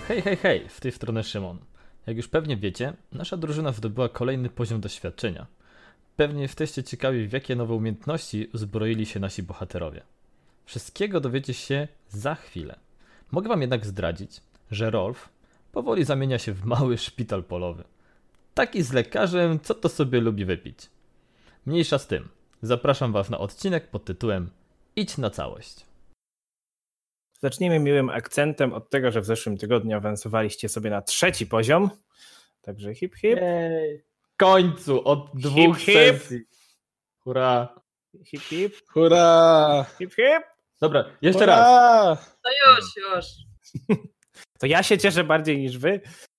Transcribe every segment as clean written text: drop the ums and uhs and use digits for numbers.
Hej, hej, hej, z tej strony Szymon. Jak już pewnie wiecie, nasza drużyna zdobyła kolejny poziom doświadczenia. Pewnie jesteście ciekawi, w jakie nowe umiejętności uzbroili się nasi bohaterowie. Wszystkiego dowiecie się za chwilę. Mogę wam jednak zdradzić, że Rolf powoli zamienia się w mały szpital polowy. Taki z lekarzem, co to sobie lubi wypić. Mniejsza z tym. Zapraszam was na odcinek pod tytułem Idź na całość. Zacznijmy miłym akcentem od tego, że w zeszłym tygodniu awansowaliście sobie na 3. poziom. Także hip hip. Jej. W końcu, od 2 hip. sesji. Hurra. Hip hip. Hurra! Hip hip. Dobra, jeszcze Hurra! raz. No już. To ja się cieszę bardziej niż wy.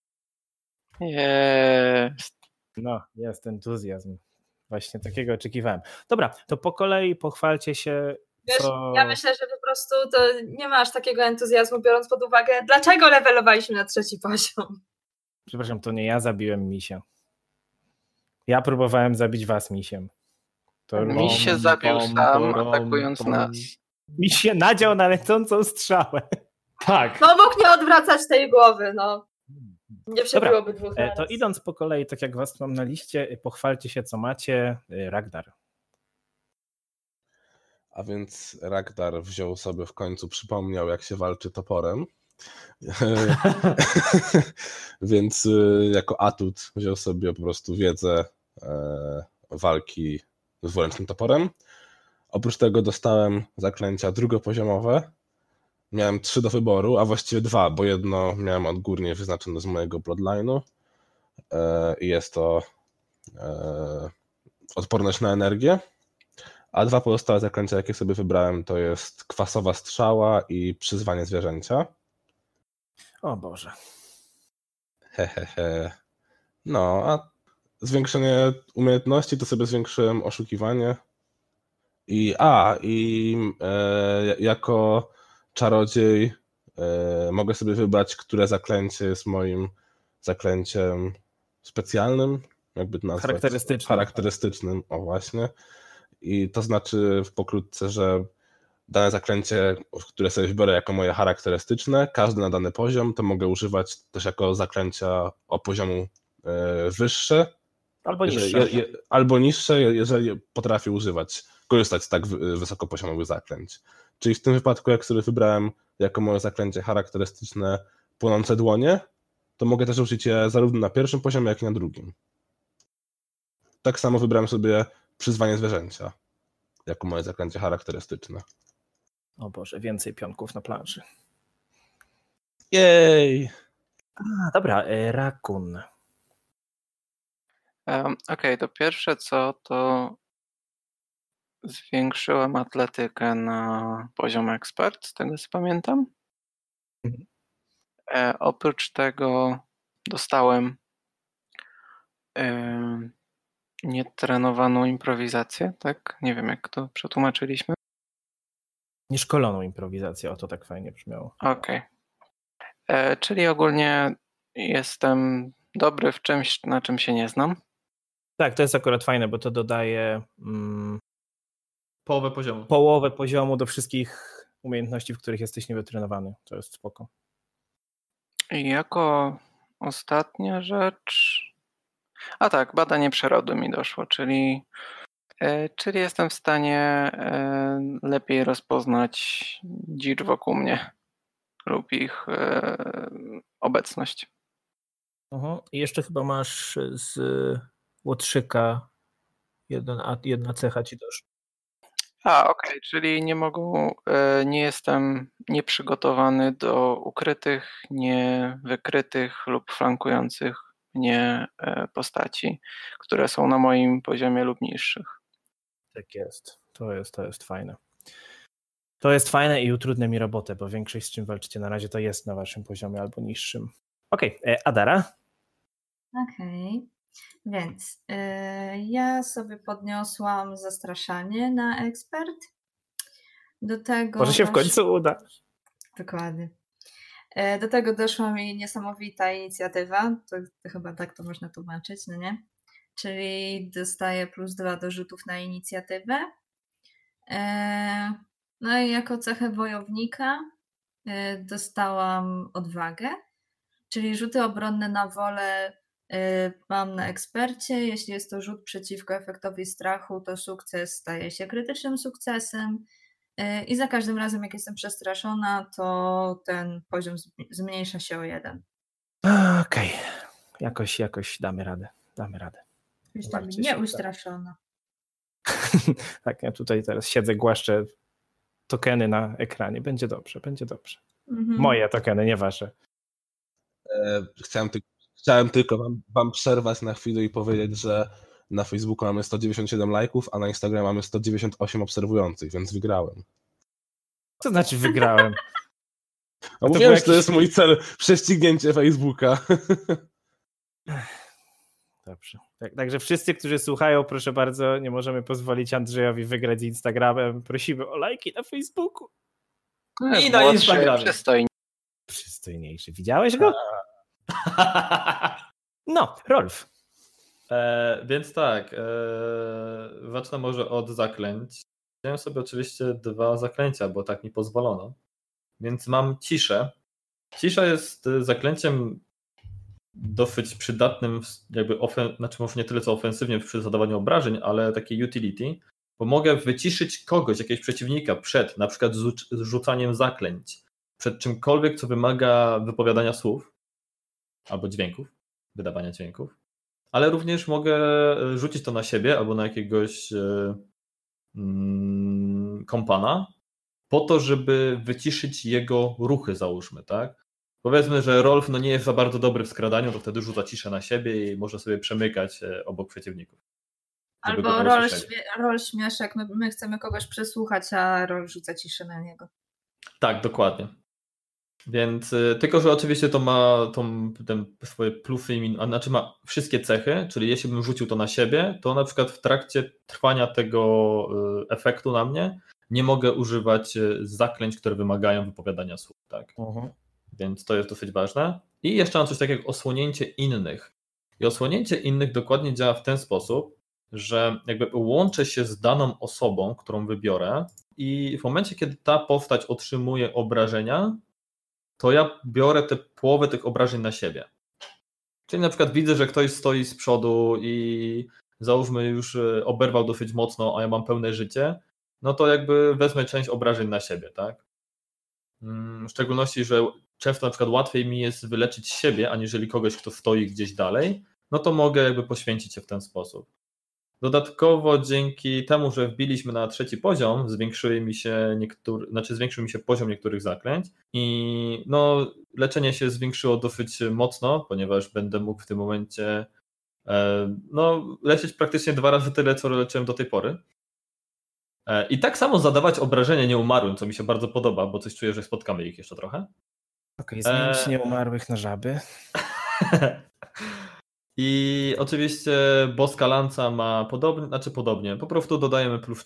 Jest. No, jest entuzjazm. Właśnie takiego oczekiwałem. Dobra, to po kolei pochwalcie się. Wiesz, co... ja myślę, że po prostu to nie ma aż takiego entuzjazmu, biorąc pod uwagę, dlaczego levelowaliśmy na 3. poziom. Przepraszam, to nie ja zabiłem misia. Ja próbowałem zabić was misiem. Miś się zabił sam, atakując nas. Miś się nadział na lecącą strzałę. Tak. No mógł nie odwracać tej głowy, no. Nie przebyłoby dwóch To naraz. idąc po kolei, tak jak was mam na liście, pochwalcie się, co macie. Ragnar. A więc Ragnar wziął sobie w końcu, przypomniał, jak się walczy toporem. Więc jako atut wziął sobie po prostu wiedzę walki z dwuręcznym toporem. Oprócz tego dostałem zaklęcia drugopoziomowe. Miałem 3 do wyboru, a właściwie 2, bo jedno miałem odgórnie wyznaczone z mojego bloodline'u. I jest to odporność na energię. A 2 pozostałe zaklęcia, jakie sobie wybrałem, to jest kwasowa strzała i przyzwanie zwierzęcia. O Boże. Hehehe. No, a zwiększenie umiejętności to sobie zwiększyłem oszukiwanie. Jako czarodziej mogę sobie wybrać, które zaklęcie jest moim zaklęciem specjalnym, jakby to nazwać. Charakterystycznym, o właśnie. I to znaczy pokrótce, że dane zaklęcie, które sobie wybiorę jako moje charakterystyczne, każdy na dany poziom, to mogę używać też jako zaklęcia o poziomu wyższe. Albo niższe. Albo niższe, jeżeli potrafię korzystać z tak wysokopoziomowych zaklęć. Czyli w tym wypadku, jak sobie wybrałem jako moje zaklęcie charakterystyczne płonące dłonie, to mogę też użyć je zarówno na 1. poziomie, jak i na 2. Tak samo wybrałem sobie przyzwanie zwierzęcia jako moje zaklęcie charakterystyczne. O Boże, więcej pionków na planszy. Jej! Dobra, Rakun. Okej, to pierwsze co, to zwiększyłem atletykę na poziom ekspert, z tego co pamiętam. Mhm. Oprócz tego dostałem nietrenowaną improwizację, tak? Nie wiem, jak to przetłumaczyliśmy. Nieszkoloną improwizację, o to tak fajnie brzmiało. Okej. Czyli ogólnie jestem dobry w czymś, na czym się nie znam. Tak, to jest akurat fajne, bo to dodaje Połowę poziomu. poziomu do wszystkich umiejętności, w których jesteś niewytrenowany. To jest spoko. I jako ostatnia rzecz... A tak, badanie przyrody mi doszło, czyli jestem w stanie lepiej rozpoznać dzicz wokół mnie lub ich obecność. I jeszcze chyba masz z łotrzyka jedna cecha ci doszła. Okej, czyli nie jestem nieprzygotowany do ukrytych, niewykrytych lub flankujących mnie postaci, które są na moim poziomie lub niższych. Tak jest. To jest fajne. To jest fajne i utrudnia mi robotę, bo większość z czym walczycie na razie to jest na waszym poziomie albo niższym. Okej, Adara? Okej, więc ja sobie podniosłam zastraszanie na ekspert. Do tego Może się w końcu uda. Dokładnie. Do tego doszła mi niesamowita inicjatywa, to chyba tak to można tłumaczyć, no nie? Czyli dostaję +2 do rzutów na inicjatywę. No i jako cechę wojownika dostałam odwagę, Czyli rzuty obronne na wolę mam na ekspercie. Jeśli jest to rzut przeciwko efektowi strachu, to sukces staje się krytycznym sukcesem. I za każdym razem, jak jestem przestraszona, to ten poziom zmniejsza się o 1. Okej. Jakoś damy radę. Jestem nieustraszona. Tak, ja tutaj teraz siedzę, głaszczę tokeny na ekranie. Będzie dobrze. Moje tokeny, nie wasze. Chciałem tylko wam przerwać na chwilę i powiedzieć, że na Facebooku mamy 197 lajków, a na Instagramie mamy 198 obserwujących, więc wygrałem. Co znaczy wygrałem? A mówiłem, że to jest mój cel, prześcignięcie Facebooka. Dobrze. Także wszyscy, którzy słuchają, proszę bardzo, nie możemy pozwolić Andrzejowi wygrać z Instagramem. Prosimy o lajki na Facebooku. I na Instagramie. Przystojniejszy. Widziałeś go? No, Rolf. Więc tak, zacznę może od zaklęć. Wziąłem sobie oczywiście 2 zaklęcia, bo tak mi pozwolono. Więc mam ciszę. Cisza jest zaklęciem dosyć przydatnym, jakby znaczy może nie tyle co ofensywnie przy zadawaniu obrażeń, ale takie utility, bo mogę wyciszyć kogoś, jakiegoś przeciwnika przed na przykład rzucaniem zaklęć, przed czymkolwiek, co wymaga wypowiadania słów albo dźwięków, wydawania dźwięków, ale również mogę rzucić to na siebie albo na jakiegoś kompana po to, żeby wyciszyć jego ruchy, załóżmy, tak? Powiedzmy, że Rolf nie jest za bardzo dobry w skradaniu, to wtedy rzuca ciszę na siebie i może sobie przemykać obok przeciwników. Albo rol śmieszek, my chcemy kogoś przesłuchać, a rol rzuca ciszę na niego. Tak, dokładnie. Więc tylko, że oczywiście to ma ten swoje plusy i minusy, znaczy ma wszystkie cechy, czyli jeśli bym rzucił to na siebie, to na przykład w trakcie trwania tego efektu na mnie nie mogę używać zaklęć, które wymagają wypowiadania słów, tak? Więc to jest dosyć ważne. I jeszcze mam coś takiego jak osłonięcie innych. I osłonięcie innych dokładnie działa w ten sposób, że jakby łączę się z daną osobą, którą wybiorę i w momencie, kiedy ta postać otrzymuje obrażenia, to ja biorę połowę tych obrażeń na siebie. Czyli na przykład widzę, że ktoś stoi z przodu i załóżmy już oberwał dosyć mocno, a ja mam pełne życie, no to jakby wezmę część obrażeń na siebie, tak? W szczególności, że często na przykład łatwiej mi jest wyleczyć siebie, aniżeli kogoś, kto stoi gdzieś dalej, no to mogę jakby poświęcić się w ten sposób. Dodatkowo dzięki temu, że wbiliśmy na 3. poziom, zwiększył mi się poziom niektórych zaklęć i no, leczenie się zwiększyło dosyć mocno, ponieważ będę mógł w tym momencie leczyć praktycznie 2 razy tyle, co leczyłem do tej pory. I tak samo zadawać obrażenia nieumarłym, co mi się bardzo podoba, bo coś czuję, że spotkamy ich jeszcze trochę. Okej, zmienić nieumarłych na żaby. I oczywiście boska lanca ma podobnie, po prostu dodajemy plus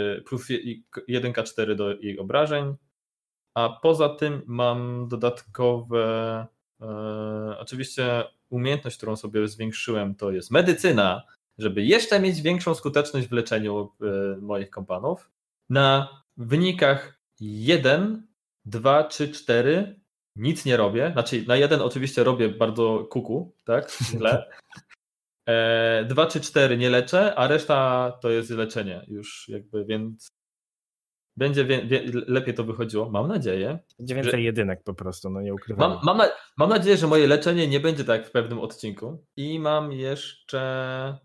1k4 do jej obrażeń, a poza tym mam dodatkowe, oczywiście umiejętność, którą sobie zwiększyłem, to jest medycyna, żeby jeszcze mieć większą skuteczność w leczeniu moich kompanów. Na wynikach 1, 2, 3, 4 nic nie robię, znaczy na 1 oczywiście robię bardzo kuku, tak, źle. 2 czy 4 nie leczę, a reszta to jest leczenie już jakby, więc będzie lepiej to wychodziło, mam nadzieję. Będzie więcej jedynek po prostu, no nie ukrywam. Mam nadzieję, że moje leczenie nie będzie tak jak w pewnym odcinku. I mam jeszcze...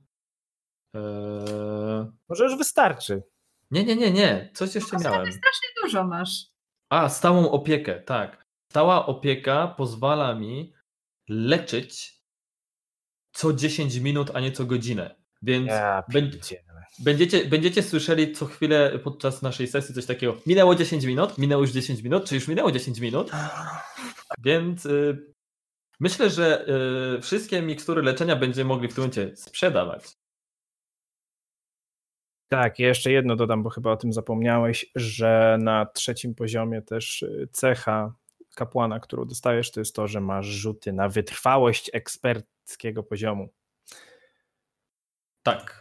Może już wystarczy. Nie, coś jeszcze miałem. Strasznie dużo masz. Stałą opiekę, tak. Stała opieka pozwala mi leczyć co 10 minut, a nie co godzinę. Więc będziecie słyszeli co chwilę podczas naszej sesji coś takiego. Minęło 10 minut, minęło już 10 minut, czy już minęło 10 minut. Więc myślę, że wszystkie mikstury leczenia będziemy mogli w tym momencie sprzedawać. Tak, jeszcze jedno dodam, bo chyba o tym zapomniałeś, że na 3. poziomie też cecha kapłana, którą dostajesz, to jest to, że masz rzuty na wytrwałość eksperckiego poziomu. Tak.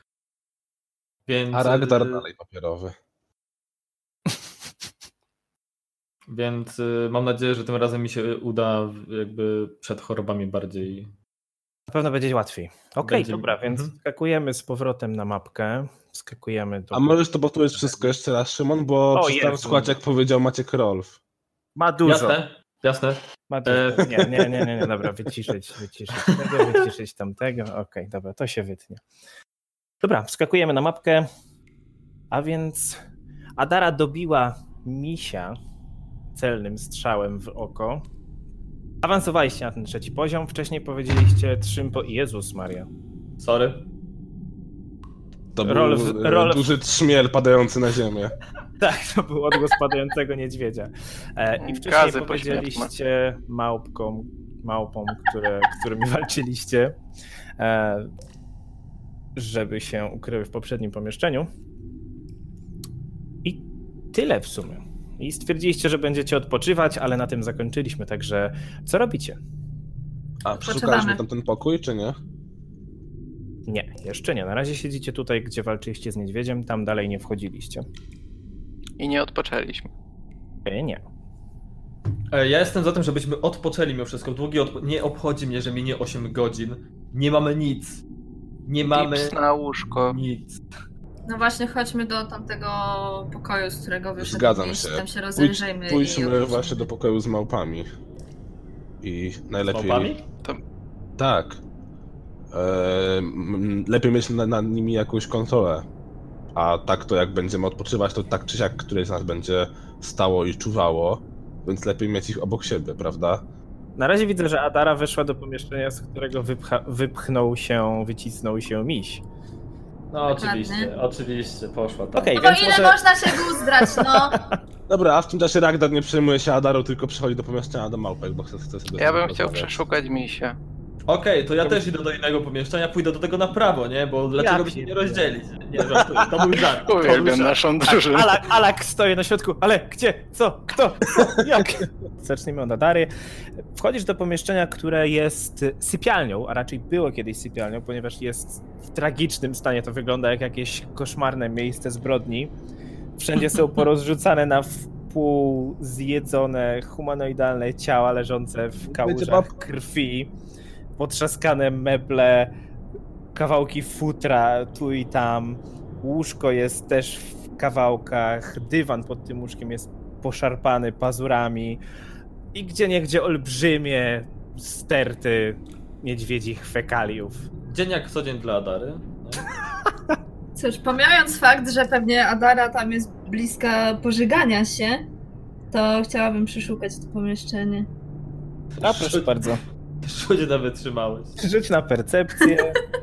Więc... A Ragdar dalej papierowy. Więc mam nadzieję, że tym razem mi się uda jakby przed chorobami bardziej. Na pewno będzie łatwiej. Okej, dobra, więc skakujemy z powrotem na mapkę. Skakujemy do... A możesz to powtórzyć wszystko jeszcze raz, Szymon, bo przestałem słuchać, jak powiedział Maciek Rolf. Ma dużo. Jasne. Ma dużo. Nie, dobra, wyciszyć tego, wyciszyć tamtego. Okej, dobra, to się wytnie. Dobra, wskakujemy na mapkę, a więc Adara dobiła misia celnym strzałem w oko. Awansowaliście na ten 3. poziom, wcześniej powiedzieliście Jezus Maria. Sorry. To był duży trzmiel padający na ziemię. Tak, to był odgłos padającego niedźwiedzia. I wcześniej powiedzieliście małpom, którymi walczyliście, żeby się ukryły w poprzednim pomieszczeniu. I tyle w sumie. I stwierdziliście, że będziecie odpoczywać, ale na tym zakończyliśmy, także co robicie? A przeszukaliśmy tamten pokój, czy nie? Nie, jeszcze nie. Na razie siedzicie tutaj, gdzie walczyliście z niedźwiedziem, tam dalej nie wchodziliście. I nie odpoczęliśmy. Nie. Ja jestem za tym, żebyśmy odpoczęli mimo wszystko. Nie obchodzi mnie, że minie 8 godzin. Nie mamy nic. Nie mamy na łóżko. Nic. No właśnie, chodźmy do tamtego pokoju, z którego wyszedł. Zgadzam się. Tam się rozejrzyjmy. Pójdźmy właśnie do pokoju z małpami. I najlepiej... Z małpami? Tak. Lepiej mieć nad nimi jakąś kontrolę. A tak to jak będziemy odpoczywać, to tak czy siak któreś z nas będzie stało i czuwało. Więc lepiej mieć ich obok siebie, prawda? Na razie widzę, że Adara wyszła do pomieszczenia, z którego wycisnął się miś. No oczywiście, poszła tak. Okay, no więc ile można się guzdrać, no? Dobra, a w tym czasie Ragnar nie przejmuje się Adarą, tylko przychodzi do pomieszczenia do małpek, bo chce sobie... Ja bym chciał przeszukać misia. Okej, to ja też idę do innego pomieszczenia, pójdę do tego na prawo, nie? Bo dlaczego by się nie rozdzielić? Nie, żartuję, to był żart. Uwielbiam naszą drużynę. Alak stoi na środku, ale gdzie? Co? Kto? Jak? Zacznijmy od Adary. Wchodzisz do pomieszczenia, które jest sypialnią, a raczej było kiedyś sypialnią, ponieważ jest w tragicznym stanie. To wygląda jak jakieś koszmarne miejsce zbrodni. Wszędzie są porozrzucane na wpół zjedzone, humanoidalne ciała leżące w kałużach krwi. Potrzaskane meble, kawałki futra tu i tam, łóżko jest też w kawałkach, dywan pod tym łóżkiem jest poszarpany pazurami i gdzieniegdzie olbrzymie sterty niedźwiedzich fekaliów. Dzień jak co dzień dla Adary. Cóż, pomijając fakt, że pewnie Adara tam jest bliska pożygania się, to chciałabym przeszukać to pomieszczenie. A proszę bardzo. Rzuć na wytrzymałość. Rzuć na percepcję.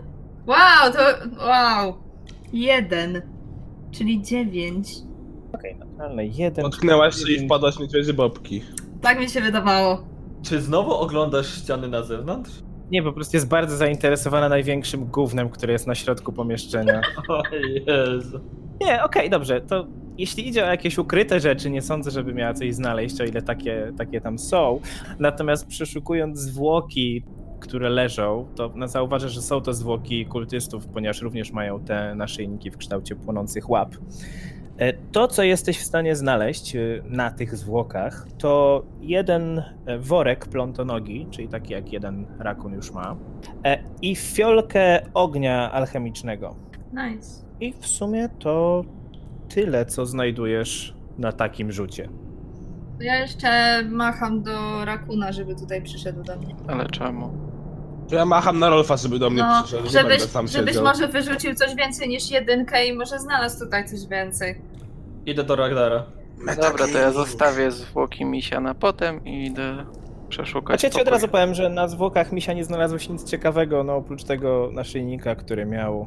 Wow! 1. Czyli 9. Okej, naturalne 1. Potknęłaś się i wpadłaś w niedźwiedzie bobki. Tak mi się wydawało. Czy znowu oglądasz ściany na zewnątrz? Nie, po prostu jest bardzo zainteresowana największym gównem, które jest na środku pomieszczenia. O Jezu. Nie, okej, dobrze, to jeśli idzie o jakieś ukryte rzeczy, nie sądzę, żeby miała coś znaleźć, o ile takie tam są. Natomiast przeszukując zwłoki, które leżą, to zauważę, że są to zwłoki kultystów, ponieważ również mają te naszyjniki w kształcie płonących łap. To, co jesteś w stanie znaleźć na tych zwłokach, to jeden worek plątonogi, czyli taki jak jeden rakun już ma, i fiolkę ognia alchemicznego. Nice. I w sumie to tyle, co znajdujesz na takim rzucie. Ja jeszcze macham do rakuna, żeby tutaj przyszedł do mnie. Ale czemu? To ja macham na Rolfa, żeby do mnie przyszedł, żebyś może wyrzucił coś więcej niż 1 i może znalazł tutaj coś więcej. Idę do Ragnara. Dobra, to ja zostawię zwłoki misia na potem i idę przeszukać. Ja ci od razu powiem, że na zwłokach misia nie znalazło się nic ciekawego, no oprócz tego naszyjnika, który miał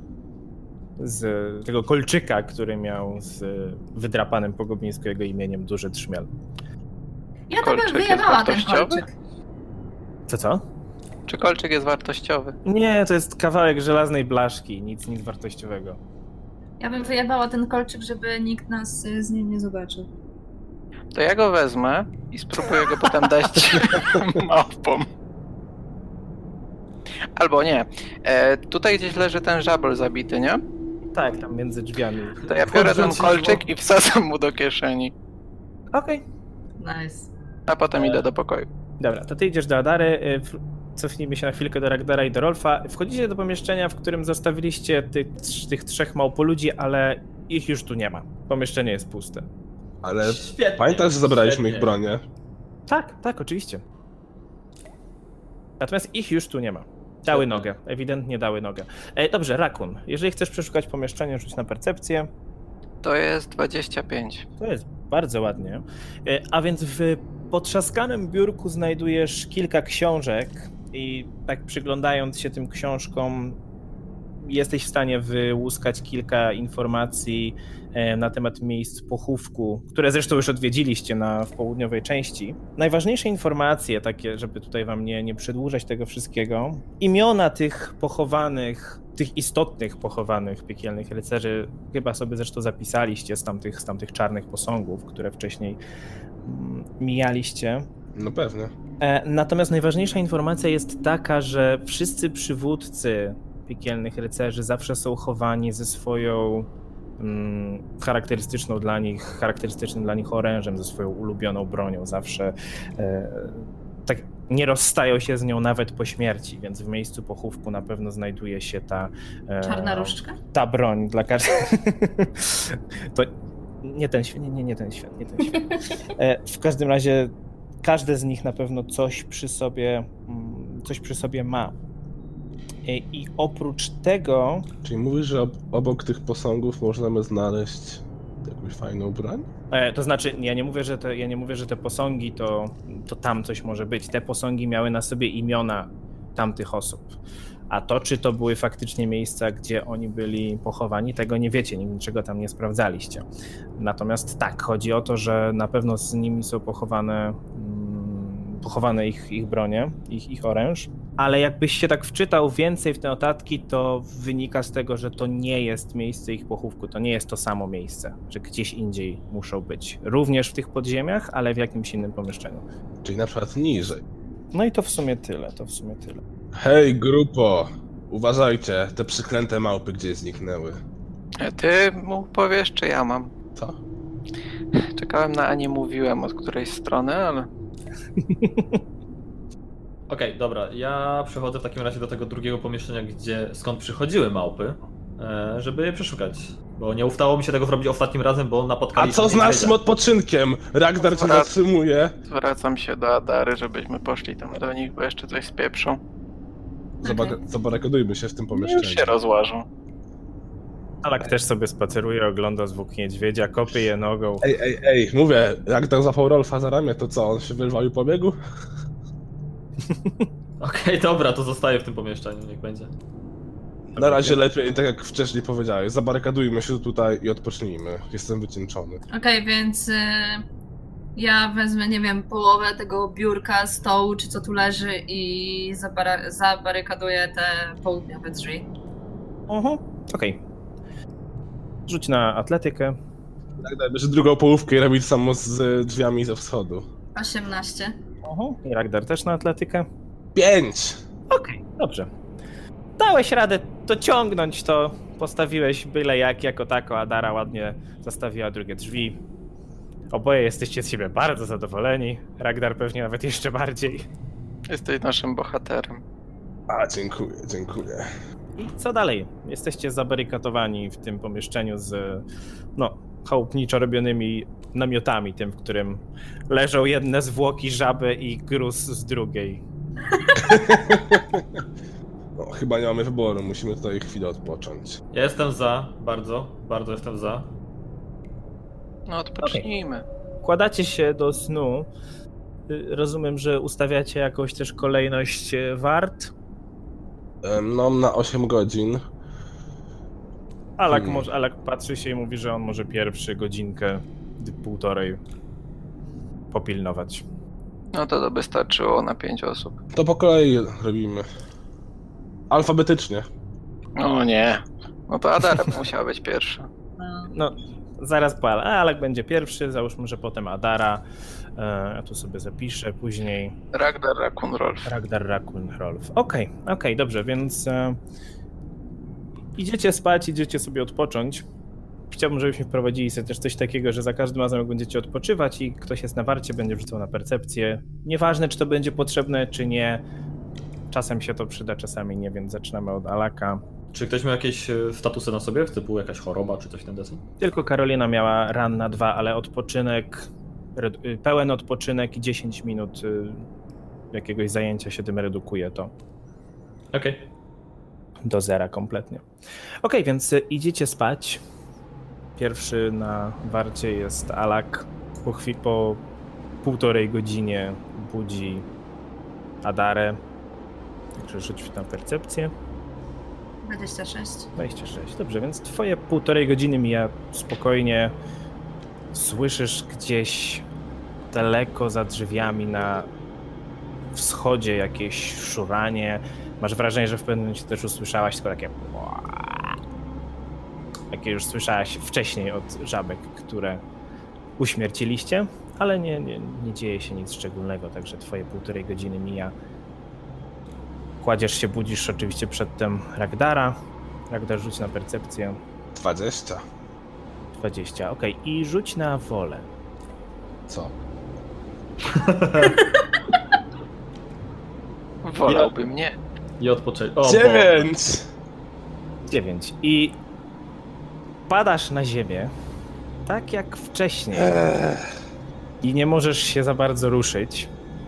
z tego kolczyka, który miał z wydrapanym po goblińsku jego imieniem duży trzmiel. Ja to bym wyjebała ten kolczyk. Co? Czy kolczyk jest wartościowy? Nie, to jest kawałek żelaznej blaszki, nic wartościowego. Ja bym wyjebała ten kolczyk, żeby nikt nas z nim nie zobaczył. To ja go wezmę i spróbuję go potem dać małpom. Albo nie. Tutaj gdzieś leży ten żabol zabity, nie? Tak, tam między drzwiami. To ja biorę ten kolczyk i wsadzam mu do kieszeni. Okej. Nice. A potem idę do pokoju. Dobra, to ty idziesz do Adary, cofnijmy się na chwilkę do Ragdara i do Rolfa. Wchodzicie do pomieszczenia, w którym zostawiliście tych 3 małpoludzi, ale ich już tu nie ma. Pomieszczenie jest puste. Ale Świetnie, pamiętasz, że zabraliśmy świetnie. ich bronię? Tak, oczywiście. Natomiast ich już tu nie ma. Dały nogę, ewidentnie dały nogę. Dobrze, Rakun, jeżeli chcesz przeszukać pomieszczenie, rzuć na percepcję. To jest 25. To jest bardzo ładnie. A więc w potrzaskanym biurku znajdujesz kilka książek i tak przyglądając się tym książkom jesteś w stanie wyłuskać kilka informacji na temat miejsc pochówku, które zresztą już odwiedziliście w południowej części. Najważniejsze informacje, takie, żeby tutaj wam nie przedłużać tego wszystkiego, imiona tych pochowanych, tych istotnych pochowanych piekielnych rycerzy, chyba sobie zresztą zapisaliście z tamtych czarnych posągów, które wcześniej mijaliście. No pewnie. Natomiast najważniejsza informacja jest taka, że wszyscy przywódcy piekielnych rycerzy zawsze są chowani ze swoją charakterystycznym dla nich orężem, ze swoją ulubioną bronią. Zawsze tak nie rozstają się z nią nawet po śmierci, więc w miejscu pochówku na pewno znajduje się ta Czarna różdżka? Ta broń dla każdego. To nie ten świat. W każdym razie każdy z nich na pewno coś przy sobie ma. I oprócz tego... Czyli mówisz, że obok tych posągów możemy znaleźć jakąś fajną broń? To znaczy, ja nie mówię, że te posągi to tam coś może być. Te posągi miały na sobie imiona tamtych osób. A to, czy to były faktycznie miejsca, gdzie oni byli pochowani, tego nie wiecie, niczego tam nie sprawdzaliście. Natomiast tak, chodzi o to, że na pewno z nimi są pochowane ich bronie, ich oręż. Ale jakbyś się tak wczytał więcej w te notatki, to wynika z tego, że to nie jest miejsce ich pochówku, to nie jest to samo miejsce, że gdzieś indziej muszą być. Również w tych podziemiach, ale w jakimś innym pomieszczeniu. Czyli na przykład niżej. No i to w sumie tyle. Hej, grupo! Uważajcie, te przyklęte małpy gdzieś zniknęły. Ty mu powiesz, czy ja mam? Co? Czekałem na Anię, mówiłem od której strony, ale... Okej, dobra, ja przechodzę w takim razie do tego drugiego pomieszczenia, skąd przychodziły małpy, żeby je przeszukać. Bo nie udało mi się tego zrobić ostatnim razem, bo napotkaliśmy... A co z naszym odpoczynkiem? Ragnar cię zatrzymuje. Zwracam się do Adary, żebyśmy poszli tam do nich, bo jeszcze coś spieprzą. Zabarykadujmy się w tym pomieszczeniu. Już się rozłażą. Alak też sobie spaceruje, ogląda zwłok niedźwiedzia, kopie je nogą. Ej, mówię, Ragnar złapał Rolfa za ramię, to co, on się wyrwał i pobiegł? Okej, dobra, to zostaję w tym pomieszczeniu, niech będzie. Na razie lepiej, tak jak wcześniej powiedziałeś, zabarykadujmy się tutaj i odpocznijmy. Jestem wycieńczony. Okej, więc ja wezmę, nie wiem, połowę tego biurka, stołu, czy co tu leży i zabarykaduję te południowe drzwi. Okej. Rzuć na atletykę. Tak, bierze drugą połówkę i robi to samo z drzwiami ze wschodu. 18. I Ragnar też na atletykę. 5! Okej, dobrze. Dałeś radę dociągnąć to, postawiłeś byle jak, jako tako, Adara ładnie zastawiła drugie drzwi. Oboje jesteście z siebie bardzo zadowoleni, Ragnar pewnie nawet jeszcze bardziej. Jesteś naszym bohaterem. A, dziękuję. I co dalej? Jesteście zabarykadowani w tym pomieszczeniu z, chałupniczo robionymi namiotami, tym, w którym leżą jedne zwłoki żaby i gruz z drugiej. No, chyba nie mamy wyboru, musimy tutaj chwilę odpocząć. Ja jestem za, bardzo jestem za. No odpocznijmy. Kładacie się do snu. Rozumiem, że ustawiacie jakąś też kolejność wart. No, na 8 godzin. Alak patrzy się i mówi, że on może pierwszy godzinkę, półtorej popilnować. No to by starczyło na 5 osób. To po kolei robimy. Alfabetycznie. No nie. No to Adara musiała być pierwsza. No, zaraz po Alak będzie pierwszy, załóżmy, że potem Adara. Ja tu sobie zapiszę później. Ragnar, Rakun, Rolf. Ragnar, Rakun, Rolf. Okej, dobrze, więc idziecie spać, idziecie sobie odpocząć. chciałbym, żebyśmy wprowadzili sobie też coś takiego, że za każdym razem, jak będziecie odpoczywać i ktoś jest na warcie, będzie wrzucał na percepcję. Nieważne, czy to będzie potrzebne, czy nie. Czasem się to przyda, czasami nie, więc zaczynamy od Alaka. Czy ktoś miał jakieś statusy na sobie, typu jakaś choroba, czy coś w ten deseń? Tylko Karolina miała ran na 2, ale odpoczynek, pełen odpoczynek i 10 minut jakiegoś zajęcia się tym redukuje to. Okej. Do 0 kompletnie. Okej, więc idziecie spać. Pierwszy na warcie jest Alak. Po 1,5 godzinie budzi Adarę. Także rzuć na percepcję. 26. 26, dobrze, więc twoje 1,5 godziny mija spokojnie. Słyszysz gdzieś daleko za drzwiami na wschodzie jakieś szuranie. Masz wrażenie, że w pewnym momencie też usłyszałaś tylko takie jakie już słyszałaś wcześniej od żabek, które uśmierciliście, ale nie dzieje się nic szczególnego, także twoje 1,5 godziny mija. Kładziesz się, budzisz oczywiście przedtem Ragdara. Ragdar, rzuć na percepcję. 20. 20, okej. I rzuć na wolę. Co? Wolałbym nie. I odpocząć. 9! 9. I padasz na ziemię, tak jak wcześniej. I nie możesz się za bardzo ruszyć.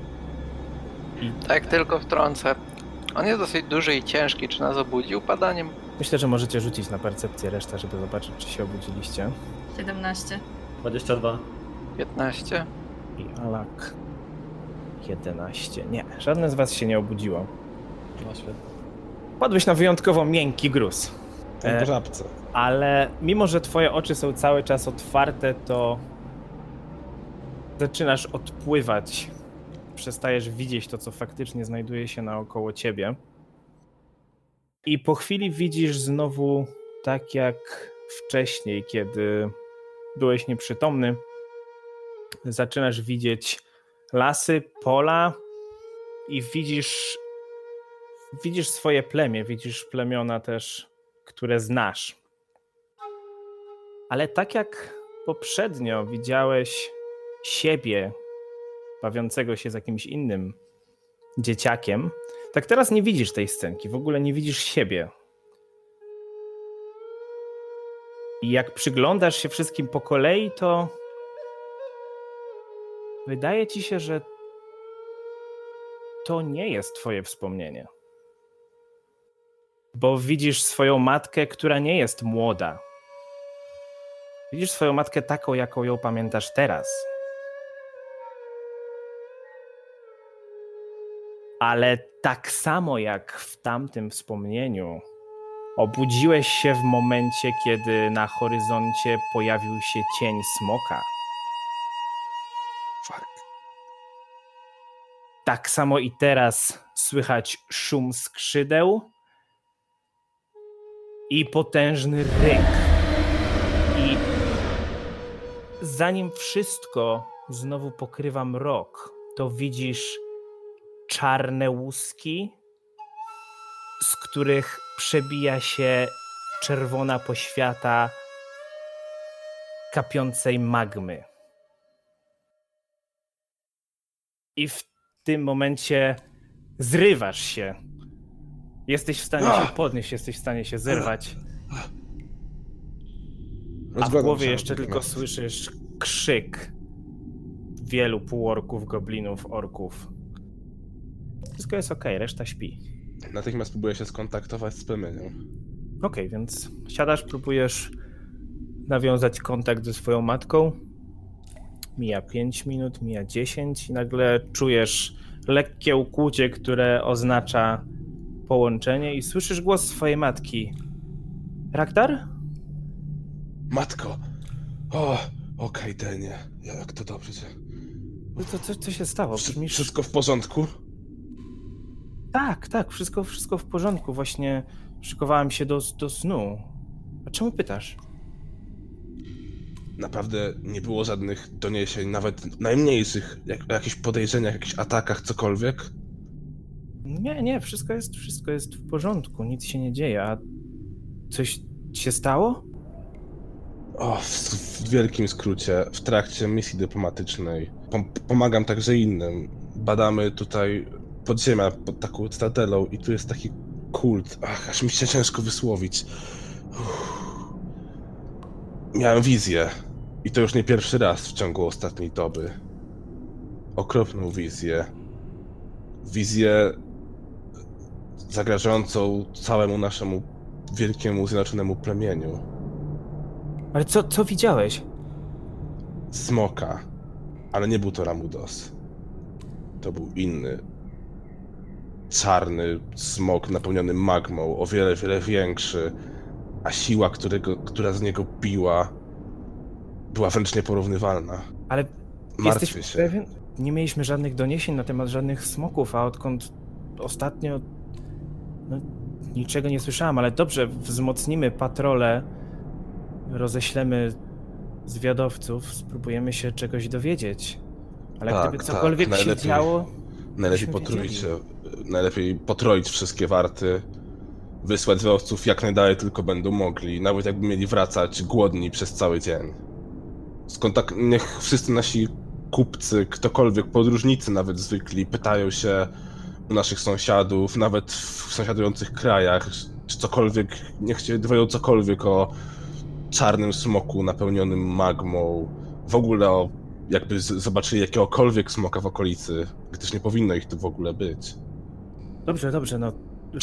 Tak, tylko wtrącę. On jest dosyć duży i ciężki. Czy nas obudził padaniem? Myślę, że możecie rzucić na percepcję resztę, żeby zobaczyć, czy się obudziliście. 17. 22. 15. I Alak 11. Nie, żadne z was się nie obudziło. No świetnie. Padłeś na wyjątkowo miękki gruz. Jak po żabce. Ale mimo, że twoje oczy są cały czas otwarte, to zaczynasz odpływać. Przestajesz widzieć to, co faktycznie znajduje się naokoło ciebie. I po chwili widzisz znowu tak jak wcześniej, kiedy byłeś nieprzytomny. Zaczynasz widzieć lasy, pola i widzisz swoje plemię, widzisz plemiona też, które znasz. Ale tak jak poprzednio widziałeś siebie bawiącego się z jakimś innym dzieciakiem, tak teraz nie widzisz tej scenki, w ogóle nie widzisz siebie. I jak przyglądasz się wszystkim po kolei, to wydaje ci się, że to nie jest twoje wspomnienie. Bo widzisz swoją matkę, która nie jest młoda. Widzisz swoją matkę taką, jaką ją pamiętasz teraz. Ale tak samo jak w tamtym wspomnieniu, obudziłeś się w momencie, kiedy na horyzoncie pojawił się cień smoka. Fuck. Tak samo i teraz słychać szum skrzydeł i potężny ryk. I zanim wszystko znowu pokrywa mrok, to widzisz czarne łuski, z których przebija się czerwona poświata kapiącej magmy. I w tym momencie zrywasz się. Jesteś w stanie się podnieść, jesteś w stanie się zerwać. A w głowie jeszcze tylko słyszysz krzyk wielu półorków, goblinów, orków. Wszystko jest okej, reszta śpi. Natychmiast próbuję się skontaktować z plemieniem. Okej, więc siadasz, próbujesz nawiązać kontakt ze swoją matką. Mija 5 minut, mija 10 i nagle czujesz lekkie ukłucie, które oznacza połączenie i słyszysz głos swojej matki. Ragdar? Matko! Okej, Denie. Jak to dobrze. Co się stało? Wszystko w porządku? Tak, wszystko w porządku. Właśnie szykowałem się do snu. A czemu pytasz? Naprawdę nie było żadnych doniesień, nawet najmniejszych, o jakichś podejrzeniach, jakichś atakach, cokolwiek? Nie, wszystko jest w porządku, nic się nie dzieje. A coś się stało? W wielkim skrócie, w trakcie misji dyplomatycznej pomagam także innym. Badamy tutaj podziemia pod taką cytadelą i tu jest taki kult. Aż mi się ciężko wysłowić. Miałem wizję i to już nie pierwszy raz w ciągu ostatniej doby. Okropną wizję. Wizję zagrażającą całemu naszemu wielkiemu, zjednoczonemu plemieniu. Ale co widziałeś? Smoka, ale nie był to Ramudos. To był inny, czarny smok napełniony magmą, o wiele, wiele większy, a siła, która z niego biła, była wręcz nieporównywalna. Ale Martwię jesteś się. pewien? Nie mieliśmy żadnych doniesień na temat żadnych smoków, a odkąd ostatnio... No, niczego nie słyszałem, ale dobrze, wzmocnimy patrolę, roześlemy zwiadowców, spróbujemy się czegoś dowiedzieć. Ale Tak, gdyby cokolwiek tak, się działo... Najlepiej potroić wszystkie warty, wysłać zwiadowców jak najdalej tylko będą mogli, nawet jakby mieli wracać głodni przez cały dzień. Niech wszyscy nasi kupcy, ktokolwiek, podróżnicy nawet zwykli, pytają się u naszych sąsiadów, nawet w sąsiadujących krajach, czy cokolwiek, niech się dowiedzą cokolwiek o czarnym smoku napełnionym magmą, w ogóle jakby zobaczyli jakiegokolwiek smoka w okolicy, gdyż nie powinno ich tu w ogóle być. Dobrze, no...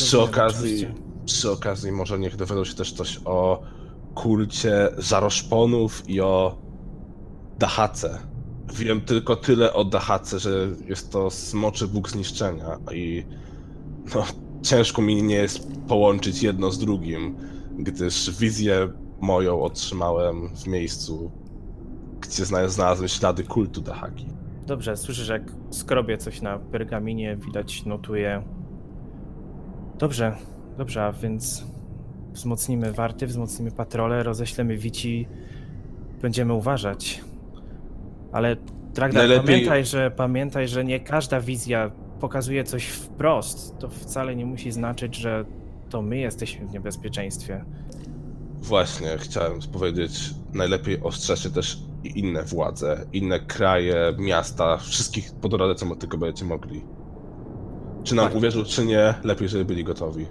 Przy okazji może niech dowiedzą się też coś o kulcie Żaroszponów i o Dahace. Wiem tylko tyle o Dahace, że jest to smoczy bóg zniszczenia i no, ciężko mi nie jest połączyć jedno z drugim, gdyż wizję moją otrzymałem w miejscu, gdzie znalazłem ślady kultu Dahaki. Dobrze, słyszysz, jak skrobię coś na pergaminie, widać, notuję. Dobrze, a więc wzmocnimy warty, wzmocnimy patrolę, roześlemy wici, będziemy uważać. Ale Dragdar, pamiętaj, że nie każda wizja pokazuje coś wprost. To wcale nie musi znaczyć, że to my jesteśmy w niebezpieczeństwie. Właśnie, chciałem powiedzieć, najlepiej ostrzeżcie też i inne władze, inne kraje, miasta, wszystkich po drodze, co tylko będziecie mogli. Czy nam uwierzą, czy nie, lepiej, żeby byli gotowi.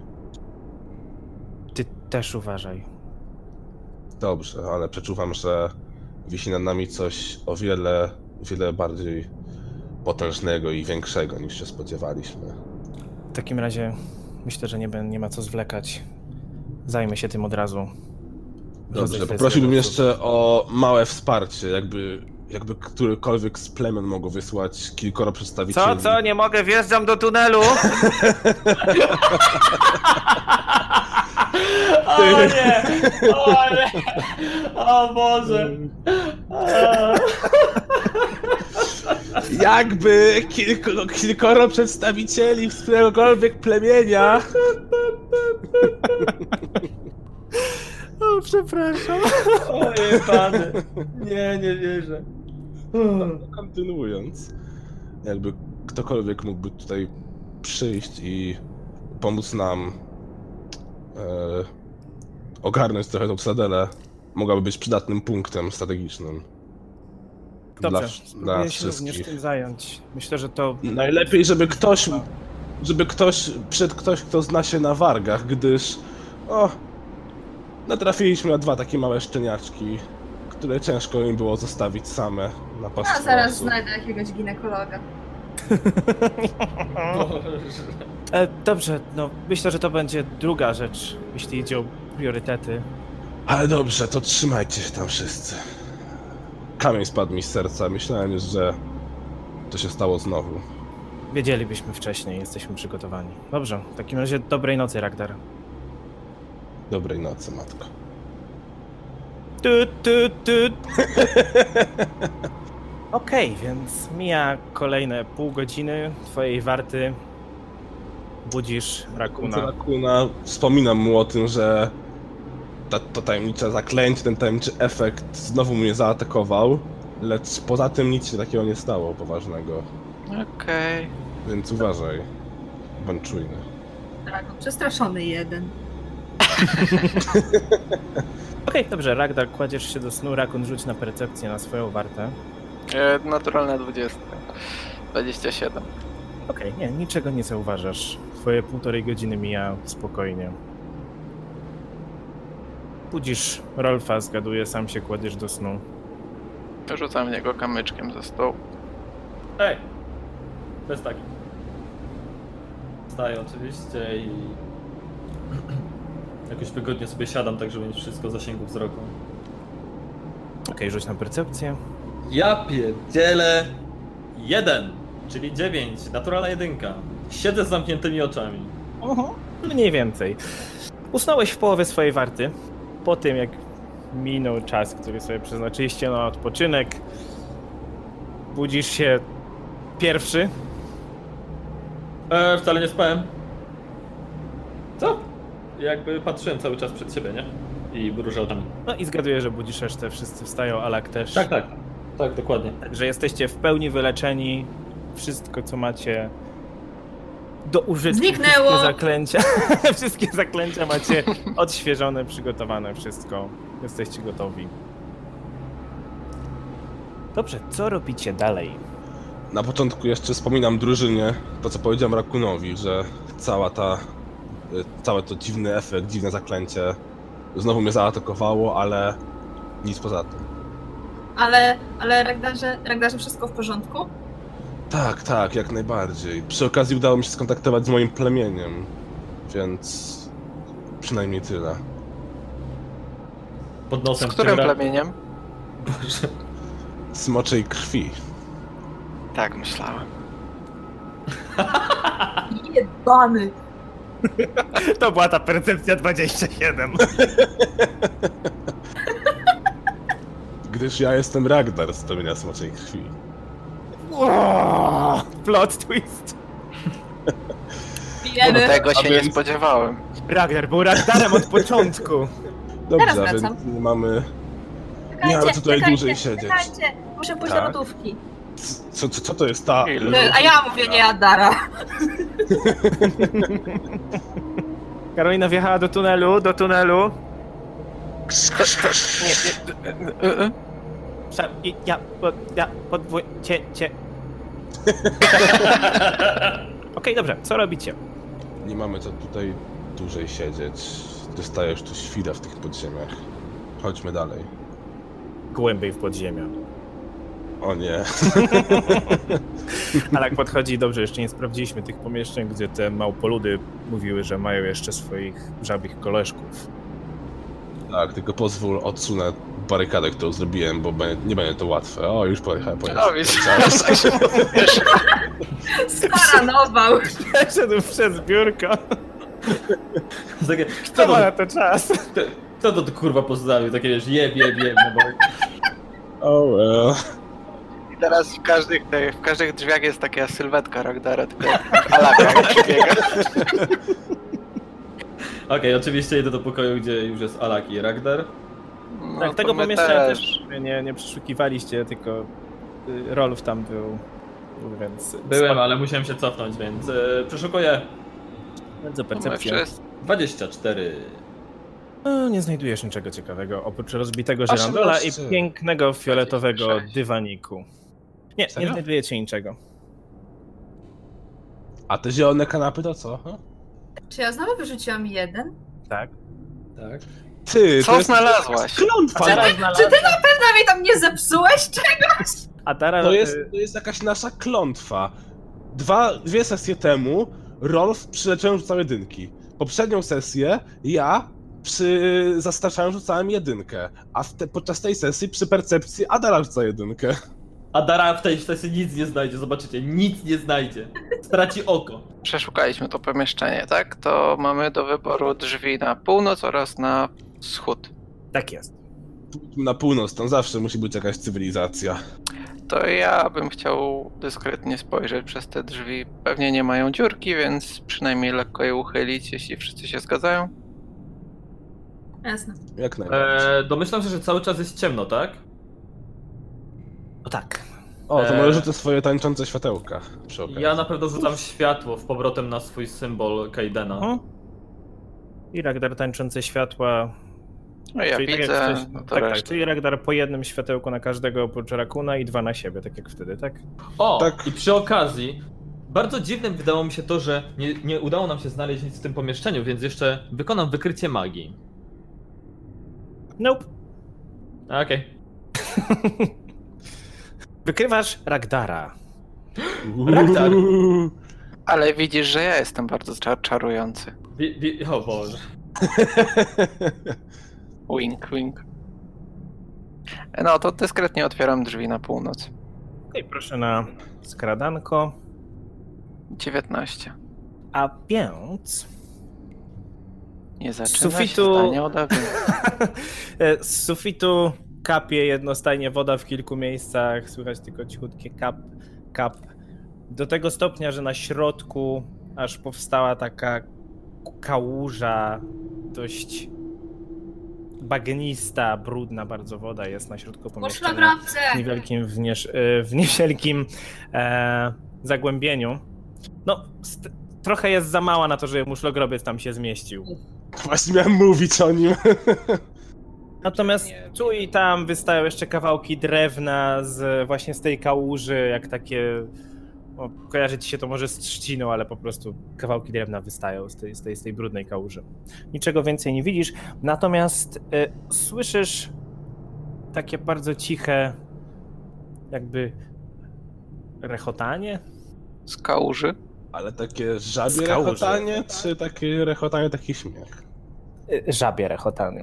Ty też uważaj. Dobrze, ale przeczuwam, że wisi nad nami coś o wiele, wiele bardziej potężnego i większego, niż się spodziewaliśmy. W takim razie myślę, że nie ma co zwlekać. Zajmę się tym od razu. Dobrze, poprosiłbym jeszcze o małe wsparcie, jakby którykolwiek z plemion mogło wysłać kilkoro przedstawicieli. Co? Nie mogę, wjeżdżam do tunelu! O nie! O Boże! Jakby kilkoro przedstawicieli z któregokolwiek plemienia. O, przepraszam. Ojej, pany. Nie wierzę. Kontynuując, jakby ktokolwiek mógłby tutaj przyjść i pomóc nam ogarnąć trochę tą cytadelę, mogłaby być przydatnym punktem strategicznym. Dobrze, spróbuję się również tym zająć. Myślę, że to... Najlepiej, żeby przyszedł ktoś, kto zna się na wargach, gdyż natrafiliśmy na dwa takie małe szczeniaczki, które ciężko im było zostawić same na pastwę. Zaraz znajdę jakiegoś ginekologa. Dobrze, no myślę, że to będzie druga rzecz, jeśli idzie o priorytety. Ale dobrze, to trzymajcie się tam wszyscy. Kamień spadł mi z serca, myślałem już, że to się stało znowu. Wiedzielibyśmy wcześniej, jesteśmy przygotowani. Dobrze, w takim razie dobrej nocy, Ragdar. Dobrej nocy, matko. Okej, więc mija kolejne pół godziny twojej warty. Budzisz Rakuna. Wspominam mu o tym, że to tajemnicze zaklęcie, ten tajemniczy efekt znowu mnie zaatakował, lecz poza tym nic się takiego nie stało poważnego. Okej. Więc uważaj, bądź czujny. Tak, przestraszony jeden. Okej, dobrze, Ragnar, kładziesz się do snu, Rakun rzuć na percepcję na swoją wartę. Naturalna 20. 27. Okej, nie, niczego nie zauważasz. Twoje 1,5 godziny mija spokojnie. Budzisz Rolfa, zgaduję, sam się kładziesz do snu. Rzucam w niego kamyczkiem ze stołu. Ej! Bez taki. Wstaję oczywiście i... jakoś wygodnie sobie siadam, tak żeby mieć wszystko w zasięgu wzroku. Okej, rzuć na percepcję. Ja pierdzielę 1, czyli 9, naturalna 1. Siedzę z zamkniętymi oczami. Oho, mniej więcej. Usnąłeś w połowie swojej warty. Po tym, jak minął czas, który sobie przeznaczyliście na odpoczynek, budzisz się pierwszy. Wcale nie spałem. Co? Jakby patrzyłem cały czas przed siebie, nie? I mrużał tam. No i zgaduję, że budzisz resztę, wszyscy wstają, Alak też. Tak, dokładnie. Także jesteście w pełni wyleczeni. Wszystko, co macie do użytku. Zniknęło! Wszystkie zaklęcia. Wszystkie zaklęcia macie odświeżone, przygotowane, wszystko. Jesteście gotowi. Dobrze, co robicie dalej? Na początku jeszcze wspominam drużynie to, co powiedziałem Rakunowi, że całe to dziwny efekt, dziwne zaklęcie znowu mnie zaatakowało, ale nic poza tym. Ale Ragdarze, wszystko w porządku? Tak, jak najbardziej. Przy okazji udało mi się skontaktować z moim plemieniem, więc przynajmniej tyle. Pod nosem Z którym plemieniem? Boże. Smoczej krwi. Tak, myślałem. Jebany! To była ta percepcja 27. Gdyż ja jestem Ragnar z plemienia Smoczej Krwi. Wow, plot twist. Pijemy. Tego się więc- nie spodziewałem. Ragnar był Ragnarem od początku. Dobrze, Teraz a wracam. więc nie mamy ale tutaj dłużej siedzieć. Czekajcie, muszę pójść Tak. do lodówki. Co to jest ta... A ja mówię nie Adara. Karolina wjechała do tunelu. Okej, dobrze, co robicie? Nie mamy co tutaj dłużej siedzieć. Dostajesz tu świra w tych podziemiach. Chodźmy dalej. Głębiej w podziemia. O nie. Alak podchodzi, dobrze, jeszcze nie sprawdziliśmy tych pomieszczeń, gdzie te małpoludy mówiły, że mają jeszcze swoich żabich koleżków. Tak, tylko pozwól odsunę barykadę, którą zrobiłem, bo nie będzie to łatwe. O, już pojechałem. No widzisz, tak się powiesz. Stara nował. Przeszedł przez biurko. Takie, Kto ma na to czas? Co to kurwa postawił? Takie wiesz, jeb, no bo... Oh well. I teraz w każdych drzwiach jest taka sylwetka Ragdara, tylko Alaka jak biega. Okej, oczywiście idę do pokoju, gdzie już jest Alak i Ragnar. No, Tak, to tego my pomieszczenia też nie przeszukiwaliście, tylko Rolf tam był, więc... Byłem, ale musiałem się cofnąć, więc przeszukuję. Bardzo No, percepcja. 24. No, nie znajdujesz niczego ciekawego, oprócz rozbitego 18. żerandola i pięknego fioletowego 26. dywaniku. Nie Serio? znajdujecie niczego. A te zielone kanapy to co? Ha? Czy ja znowu wyrzuciłam 1? Tak. Tak. Ty, Co to jest znalazłaś? klątwa! Czy ty na pewno mi tam nie zepsułeś czegoś? A Tara... To jest jakaś nasza klątwa. Dwie sesje temu Rolf przyleciałem rzucał jedynki. Poprzednią sesję ja przy zastraszaniu rzucałem jedynkę, a podczas tej sesji przy percepcji Adara rzuca jedynkę. Adara w tej sesji nic nie znajdzie, zobaczycie, nic nie znajdzie. Straci oko. Przeszukaliśmy to pomieszczenie, tak? To mamy do wyboru drzwi na północ oraz na wschód. Tak jest. Na północ, tam zawsze musi być jakaś cywilizacja. To ja bym chciał dyskretnie spojrzeć przez te drzwi. Pewnie nie mają dziurki, więc przynajmniej lekko je uchylić, jeśli wszyscy się zgadzają. Jasne. Jak najbardziej. Domyślam się, że cały czas jest ciemno, tak? No tak. O, to może rzucę swoje tańczące światełka przy okazji. Ja na pewno rzucam światło w powrotem na swój symbol Kaidena. I Ragnar tańczące światła No ja czyli widzę, tak wcześniej, no to reszta. czyli Ragnar po jednym światełku na każdego oprócz Rakuna i 2 na siebie, tak jak wtedy, tak? O, Tak. i przy okazji, bardzo dziwnym wydało mi się to, że nie udało nam się znaleźć nic w tym pomieszczeniu, więc jeszcze wykonam wykrycie magii. Nope. Okej. Wykrywasz Ragdara. Ragnar. Ale widzisz, że ja jestem bardzo czarujący. O Boże. Wink, wink. No to dyskretnie otwieram drzwi na północ. Okej, proszę na skradanko. 19. A więc... Nie zaczyna sufitu... się zdanie od Awy. Z sufitu kapie jednostajnie woda w kilku miejscach, słychać tylko cichutkie kap. Do tego stopnia, że na środku aż powstała taka kałuża, dość bagnista, brudna bardzo woda jest na środku pomieszczenia. Muszlogrobcy! W niewielkim zagłębieniu. No, trochę jest za mała na to, żeby muszlogrobiec tam się zmieścił. Właśnie miałem mówić o nim. Natomiast tu i tam wystają jeszcze kawałki drewna właśnie z tej kałuży, jak takie... No, kojarzy ci się to może z trzciną, ale po prostu kawałki drewna wystają z tej brudnej kałuży. Niczego więcej nie widzisz, natomiast słyszysz takie bardzo ciche jakby rechotanie? Z kałuży. Ale takie żabie Z kałuży. rechotanie, czy takie rechotanie, taki śmiech? Żabie rechotanie.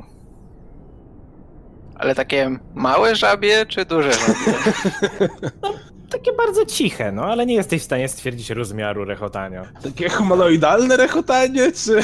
Ale takie małe żabie, czy duże żabie? Takie bardzo ciche, no ale nie jesteś w stanie stwierdzić rozmiaru rechotania. Takie humanoidalne rechotanie, czy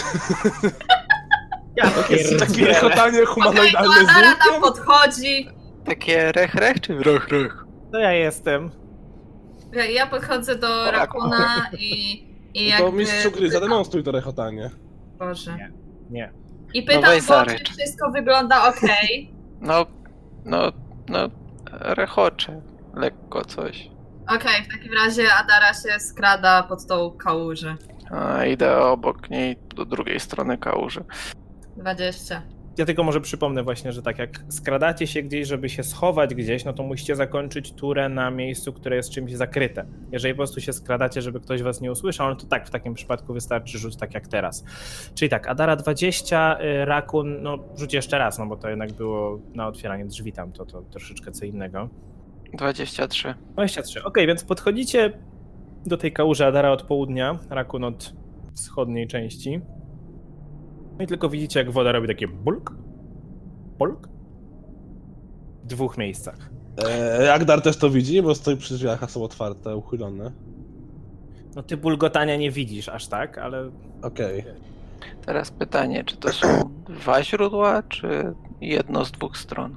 takie rechotanie humanoidalne Okej, z to Adara tam łukiem? podchodzi. Takie rech, czy roch? To ja jestem. Ja podchodzę do Rakuna i No jakby... to mistrzu gry, zademonstruj to rechotanie. Boże. Nie. I No pytam weź go, zarycz. czy wszystko wygląda okej. No, rechocze. Lekko coś. Okej, w takim razie Adara się skrada pod tą kałużę. A, idę obok niej do drugiej strony kałuży. 20. Ja tylko może przypomnę właśnie, że tak jak skradacie się gdzieś, żeby się schować gdzieś, no to musicie zakończyć turę na miejscu, które jest czymś zakryte. Jeżeli po prostu się skradacie, żeby ktoś was nie usłyszał, no to tak, w takim przypadku wystarczy rzuć tak jak teraz. Czyli tak, Adara 20, Rakun, no rzuć jeszcze raz, no bo to jednak było na otwieranie drzwi tam, to troszeczkę co innego. 23. 23, okej, więc podchodzicie do tej kałuży Adara od południa, Rakun od wschodniej części. No i tylko widzicie, jak woda robi takie bulk, bulk w 2 miejscach. Ragnar też to widzi, bo stoi przy drzwiach, a są otwarte, uchylone. No ty bulgotania nie widzisz aż tak, ale... Okej. Teraz pytanie, czy to są 2 źródła, czy jedno z 2 stron?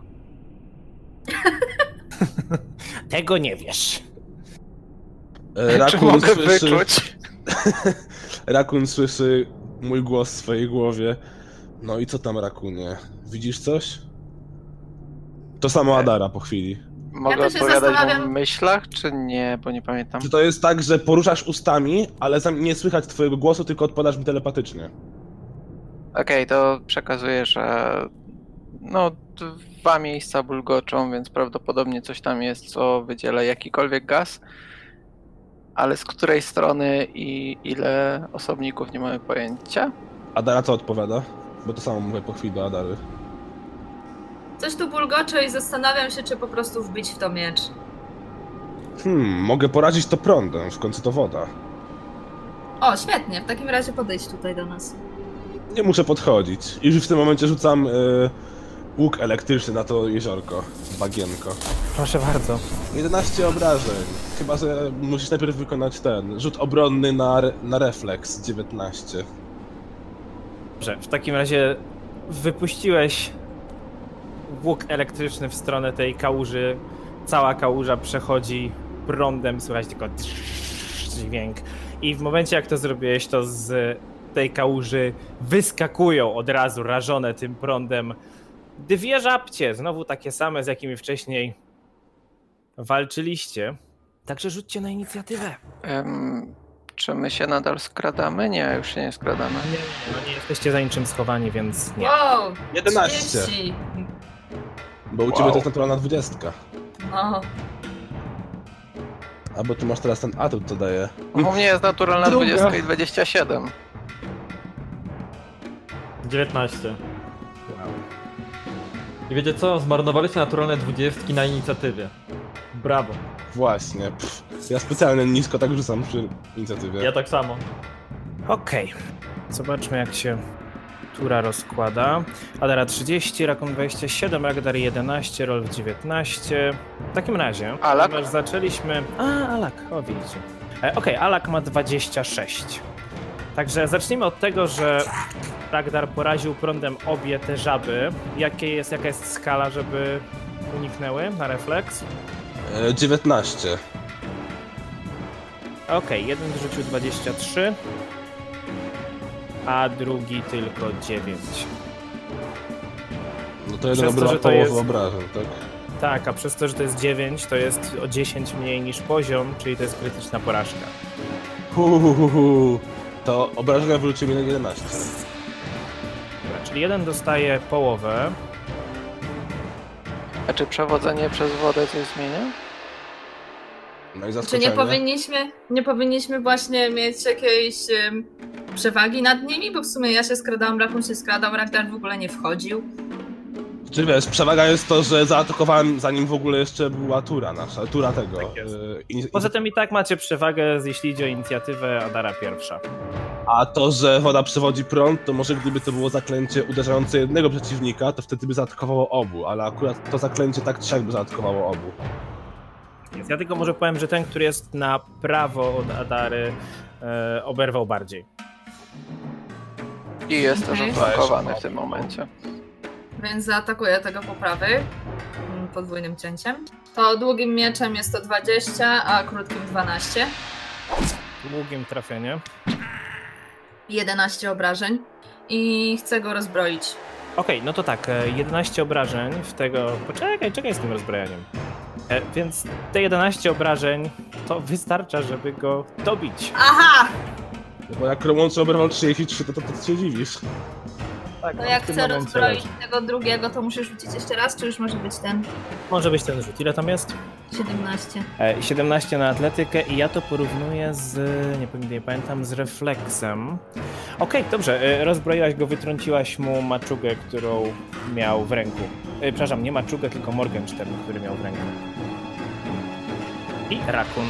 Tego nie wiesz. Czy Rakun mogę słyszy... wyczuć? Rakun słyszy mój głos w swojej głowie. No i co tam, Rakunie? Widzisz coś? To samo Adara po chwili. Mogę też się odpowiadać w zastanawiam- myślach, czy nie, bo nie pamiętam. Czy to jest tak, że poruszasz ustami, ale nie słychać twojego głosu, tylko odpowiadasz mi telepatycznie? Okej, to przekazuję, że no 2 miejsca bulgoczą, więc prawdopodobnie coś tam jest, co wydziela jakikolwiek gaz. Ale z której strony i ile osobników nie mamy pojęcia. Adara co odpowiada? Bo to samo mówię po chwili do Adary. Coś tu bulgocze i zastanawiam się, czy po prostu wbić w to miecz. Mogę poradzić to prądem, w końcu to woda. O, świetnie, w takim razie podejdź tutaj do nas. Nie muszę podchodzić. I już w tym momencie rzucam łuk elektryczny na to jeziorko, bagienko. Proszę bardzo. 11 obrażeń. Chyba, że musisz najpierw wykonać ten rzut obronny na refleks 19. Dobrze, w takim razie wypuściłeś łuk elektryczny w stronę tej kałuży. Cała kałuża przechodzi prądem, słychać tylko dźwięk. I w momencie, jak to zrobiłeś, to z tej kałuży wyskakują od razu, rażone tym prądem, 2 żabcie, znowu takie same, z jakimi wcześniej walczyliście. Także rzućcie na inicjatywę. Czy my się nadal skradamy? Nie, już się nie skradamy. Nie jesteście za niczym schowani, więc nie. Wow! 11. 30. Bo u ciebie to jest naturalna 20. No. A bo ty masz teraz ten atut, co daje. U mnie jest naturalna Druga. 20 i 27. 19. I wiecie co? Zmarnowaliście naturalne 20 na inicjatywie. Brawo. Właśnie. Ja specjalnie nisko tak rzucam przy inicjatywie. Ja tak samo. Okej. Zobaczmy, jak się tura rozkłada. Adara 30, Rakun 27, Ragdar 11, Rolf 19. W takim razie, Alak? ponieważ zaczęliśmy... Alak, o widzicie. Okej, Alak ma 26. Także zacznijmy od tego, że Ragdar poraził prądem obie te żaby. Jaka jest skala, żeby uniknęły na refleks? 19. Okej, jeden rzucił 23, a drugi tylko 9. No to jeden Przez to, obrał że to połowę jest- obrażeń, tak? Tak, a przez to, że to jest 9, to jest o 10 mniej niż poziom, czyli to jest krytyczna porażka. To obrażenia wróciły mi na 11. Dobra, czyli jeden dostaje połowę. A czy przewodzenie przez wodę coś zmienia? No i Czy zaskoczenie. nie powinniśmy właśnie mieć jakiejś przewagi nad nimi? Bo w sumie ja się skradałam, Rakun się skradał, Ragnar w ogóle nie wchodził. Czy wiesz, przewaga jest to, że zaatakowałem zanim w ogóle jeszcze była tura nasza, tura tego. Tak jest. i- Poza tym i tak macie przewagę, jeśli idzie o inicjatywę Adara pierwsza. A to, że woda przewodzi prąd, to może gdyby to było zaklęcie uderzające jednego przeciwnika, to wtedy by zaatakowało obu, ale akurat to zaklęcie tak czy siak by zaatakowało obu. Więc ja tylko może powiem, że ten, który jest na prawo od Adary, oberwał bardziej. I jest też Okej. odblokowany w tym momencie. Więc zaatakuję tego po prawej podwójnym cięciem. To długim mieczem jest to 20, a krótkim 12. Długim trafienie. 11 obrażeń. I chcę go rozbroić. Okej, no to tak, 11 obrażeń w tego... Czekaj z tym rozbrajaniem. Więc te 11 obrażeń to wystarcza, żeby go dobić. Aha! Bo jak łącznie oberwał 33, to się dziwisz. Tak, No jak w tym chcę momencie rozbroić leży. tego drugiego, to muszę rzucić jeszcze raz, czy już może być ten? Może być ten rzut. Ile tam jest? 17. 17 na atletykę i ja to porównuję z... nie pamiętam, z refleksem. Okej, dobrze, rozbroiłaś go, wytrąciłaś mu maczugę, którą miał w ręku. Przepraszam, nie maczugę, tylko Morgenstern, który miał w ręku. I Rakun.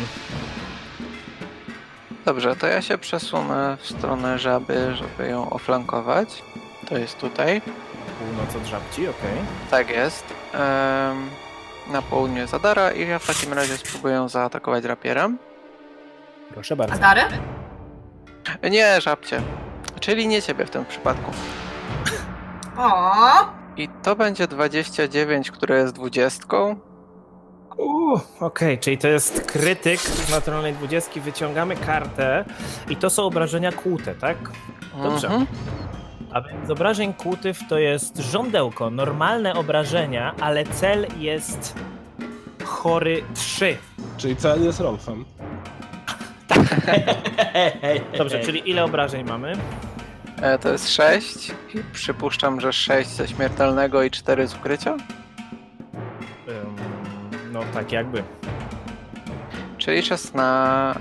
Dobrze, to ja się przesunę w stronę żaby, żeby ją oflankować. To jest tutaj. Północ od żabci, okej. Tak jest. Na południu jest Adara i ja w takim razie spróbuję zaatakować rapierem. Proszę bardzo. Adarę? Nie, żabcie. Czyli nie ciebie w tym przypadku. O! I to będzie 29, które jest 20. Okej, czyli to jest krytyk z naturalnej 20. Wyciągamy kartę i to są obrażenia kłute, tak? Dobrze. Mhm. A więc z obrażeń kłutych to jest żądełko, normalne obrażenia, ale cel jest chory 3. Czyli cel jest Rolfem. Dobrze, czyli ile obrażeń mamy? To jest 6 i przypuszczam, że 6 ze śmiertelnego i 4 z ukrycia. No tak jakby. Czyli 16.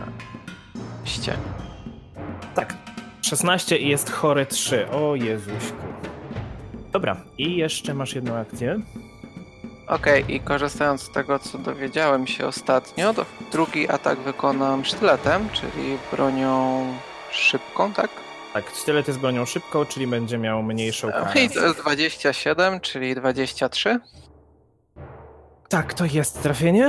Tak. 16 i jest chory 3. O Jezuśku. Dobra, i jeszcze masz jedną akcję. Okej, i korzystając z tego, co dowiedziałem się ostatnio, to drugi atak wykonam sztyletem, czyli bronią szybką, tak? Tak, sztylet jest bronią szybką, czyli będzie miał mniejszą karę. I to jest 27, czyli 23. Tak, to jest trafienie.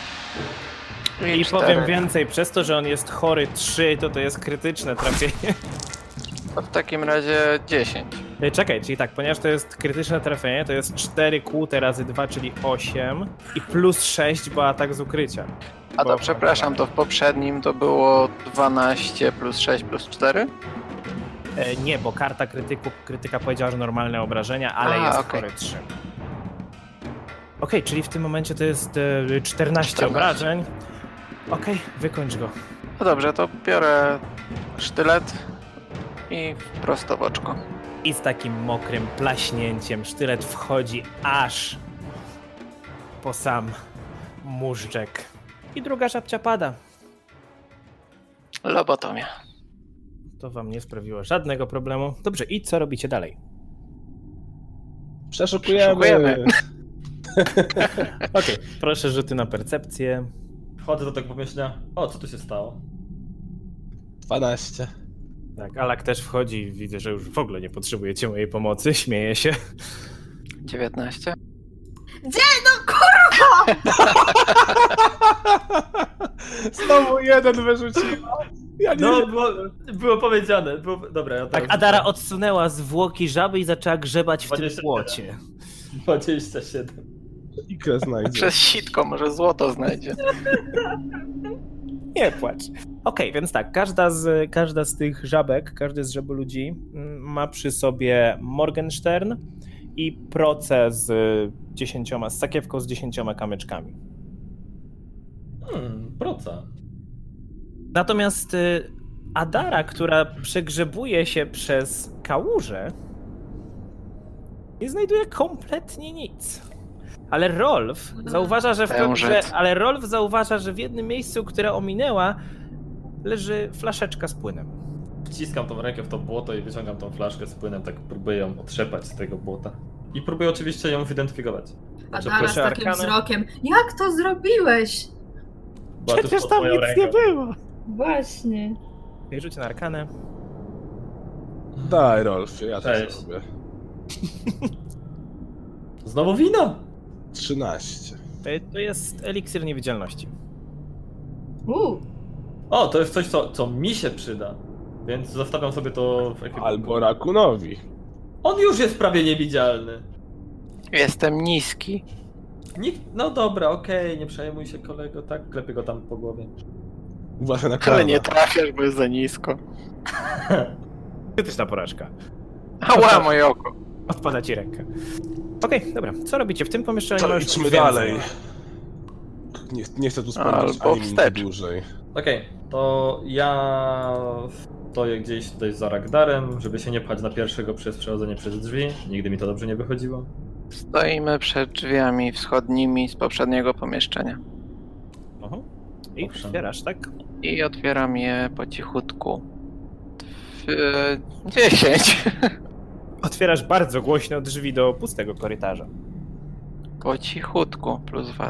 I 4. powiem więcej, przez to, że on jest chory 3, to jest krytyczne trafienie. To w takim razie 10. Czekaj, czyli tak, ponieważ to jest krytyczne trafienie, to jest 4 kłute razy 2, czyli 8 i plus 6, bo atak z ukrycia. A to przepraszam, to w poprzednim to było 12 plus 6 plus 4? Nie, bo karta krytyka powiedziała, że normalne obrażenia, ale jest chory 3. Okej, czyli w tym momencie to jest 14 obrażeń. Okej, wykończ go. No dobrze, to biorę sztylet i prosto w oczko. I z takim mokrym plaśnięciem sztylet wchodzi aż po sam móżdżek. I druga żabcia pada. Lobotomia. To wam nie sprawiło żadnego problemu. Dobrze, i co robicie dalej? Przeszukujemy. Okej, proszę rzuty na percepcję. Wchodzę do tego pomieszczenia. O, co tu się stało? 12. Tak, Alak też wchodzi. Widzę, że już w ogóle nie potrzebujecie mojej pomocy. Śmieje się. 19. Gdzie? No kurwa! Znowu jeden wyrzuciła. Ja nie No, wiem. było powiedziane. Dobra, ja Tak, Adara odsunęła zwłoki żaby i zaczęła grzebać w tym 27. błocie. 27. Ikrę znajdzie. Przez sitko może złoto znajdzie. Nie płacz. Okej, więc tak, każda z tych żabek, każdy z żaboludzi ma przy sobie Morgenstern i proce z sakiewką z 10 kamyczkami. Proca. Natomiast Adara, która przegrzebuje się przez kałużę, nie znajduje kompletnie nic. Ale Rolf zauważa, że w jednym miejscu, które ominęła, leży flaszeczka z płynem. Wciskam tą rękę w to błoto i wyciągam tą flaszkę z płynem, tak próbuję ją otrzepać z tego błota. I próbuję oczywiście ją zidentyfikować. Adara z proszę takim arkanę. wzrokiem. Jak to zrobiłeś? Była tuż pod twoją ręką. było. Właśnie. Rzuć na arkanę. Daj, Rolf, ja też Cześć. robię. Znowu wino! 13. To jest eliksir niewidzialności. O, to jest coś, co mi się przyda. Więc zostawiam sobie to w ekwipunku. Albo Rakunowi. On już jest prawie niewidzialny. Jestem niski. No dobra, okej, nie przejmuj się kolego, tak? Klepię go tam po głowie. Uważaj na kolana. Ale nie trafiasz, bo jest za nisko. Krytyczna porażka. Ała, moje oko. Odpada ci ręka. Okej, dobra. Co robicie w tym pomieszczeniu? To Już idźmy więcej. dalej. Nie chcę tu spędzić Albo ani minuty wstecz. dłużej. Okej, to ja stoję gdzieś tutaj za Ragdarem, żeby się nie pchać na pierwszego przez przechodzenie przez drzwi. Nigdy mi to dobrze nie wychodziło. Stoimy przed drzwiami wschodnimi z poprzedniego pomieszczenia. I Owszem. otwierasz, tak? I otwieram je po cichutku. 10. Otwierasz bardzo głośno drzwi do pustego korytarza. Po cichutku plus VAT.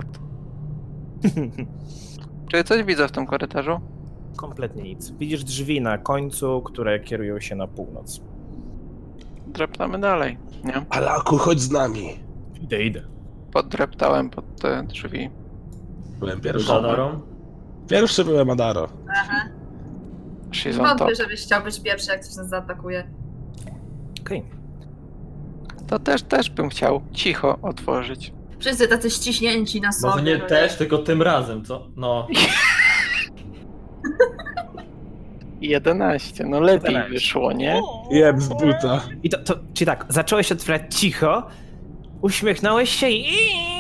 Czy coś widzę w tym korytarzu? Kompletnie nic. Widzisz drzwi na końcu, które kierują się na północ. Dreptamy dalej, nie? Alaku, chodź z nami. Idę. Poddreptałem pod te drzwi. Byłem pierwszy. Zadarą. Pierwszy byłem Adaro. Aha. She's on top. Wątpię, żebyś chciał być pierwszy, jak ktoś nas zaatakuje. Okej. To też bym chciał cicho otworzyć. Wszyscy tacy ściśnięci na sobie. Może nie no też, tylko tym razem, co? No. 11, no lepiej 11. wyszło, nie? Jeb z buta. I to, czyli tak, zacząłeś otwierać cicho, uśmiechnąłeś się i...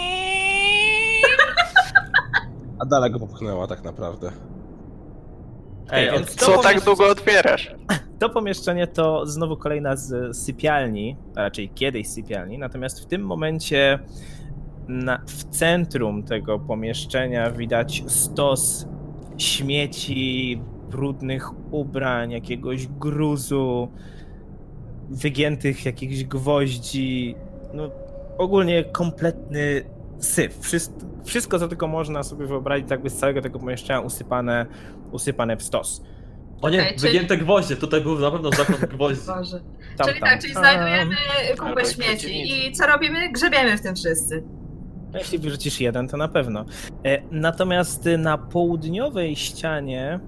Adala go popchnęła tak naprawdę. Ej, więc od... to Co tak długo otwierasz? To pomieszczenie to znowu kolejna z sypialni, a raczej kiedyś sypialni, natomiast w tym momencie w centrum tego pomieszczenia widać stos śmieci, brudnych ubrań, jakiegoś gruzu, wygiętych jakichś gwoździ, no ogólnie kompletny syf. Wszystko, co tylko można sobie wyobrazić, tak by z całego tego pomieszczenia usypane w stos. O nie, Okej, czyli- wygięte gwoździe, tutaj był na pewno zakon gwoździ. Boże. Tam, Czyli tam. tak, czyli znajdujemy kupę Albo śmieci przeciwnicy. i co robimy? Grzebiemy w tym wszyscy. Jeśli wyrzucisz jeden, to na pewno. Natomiast na południowej ścianie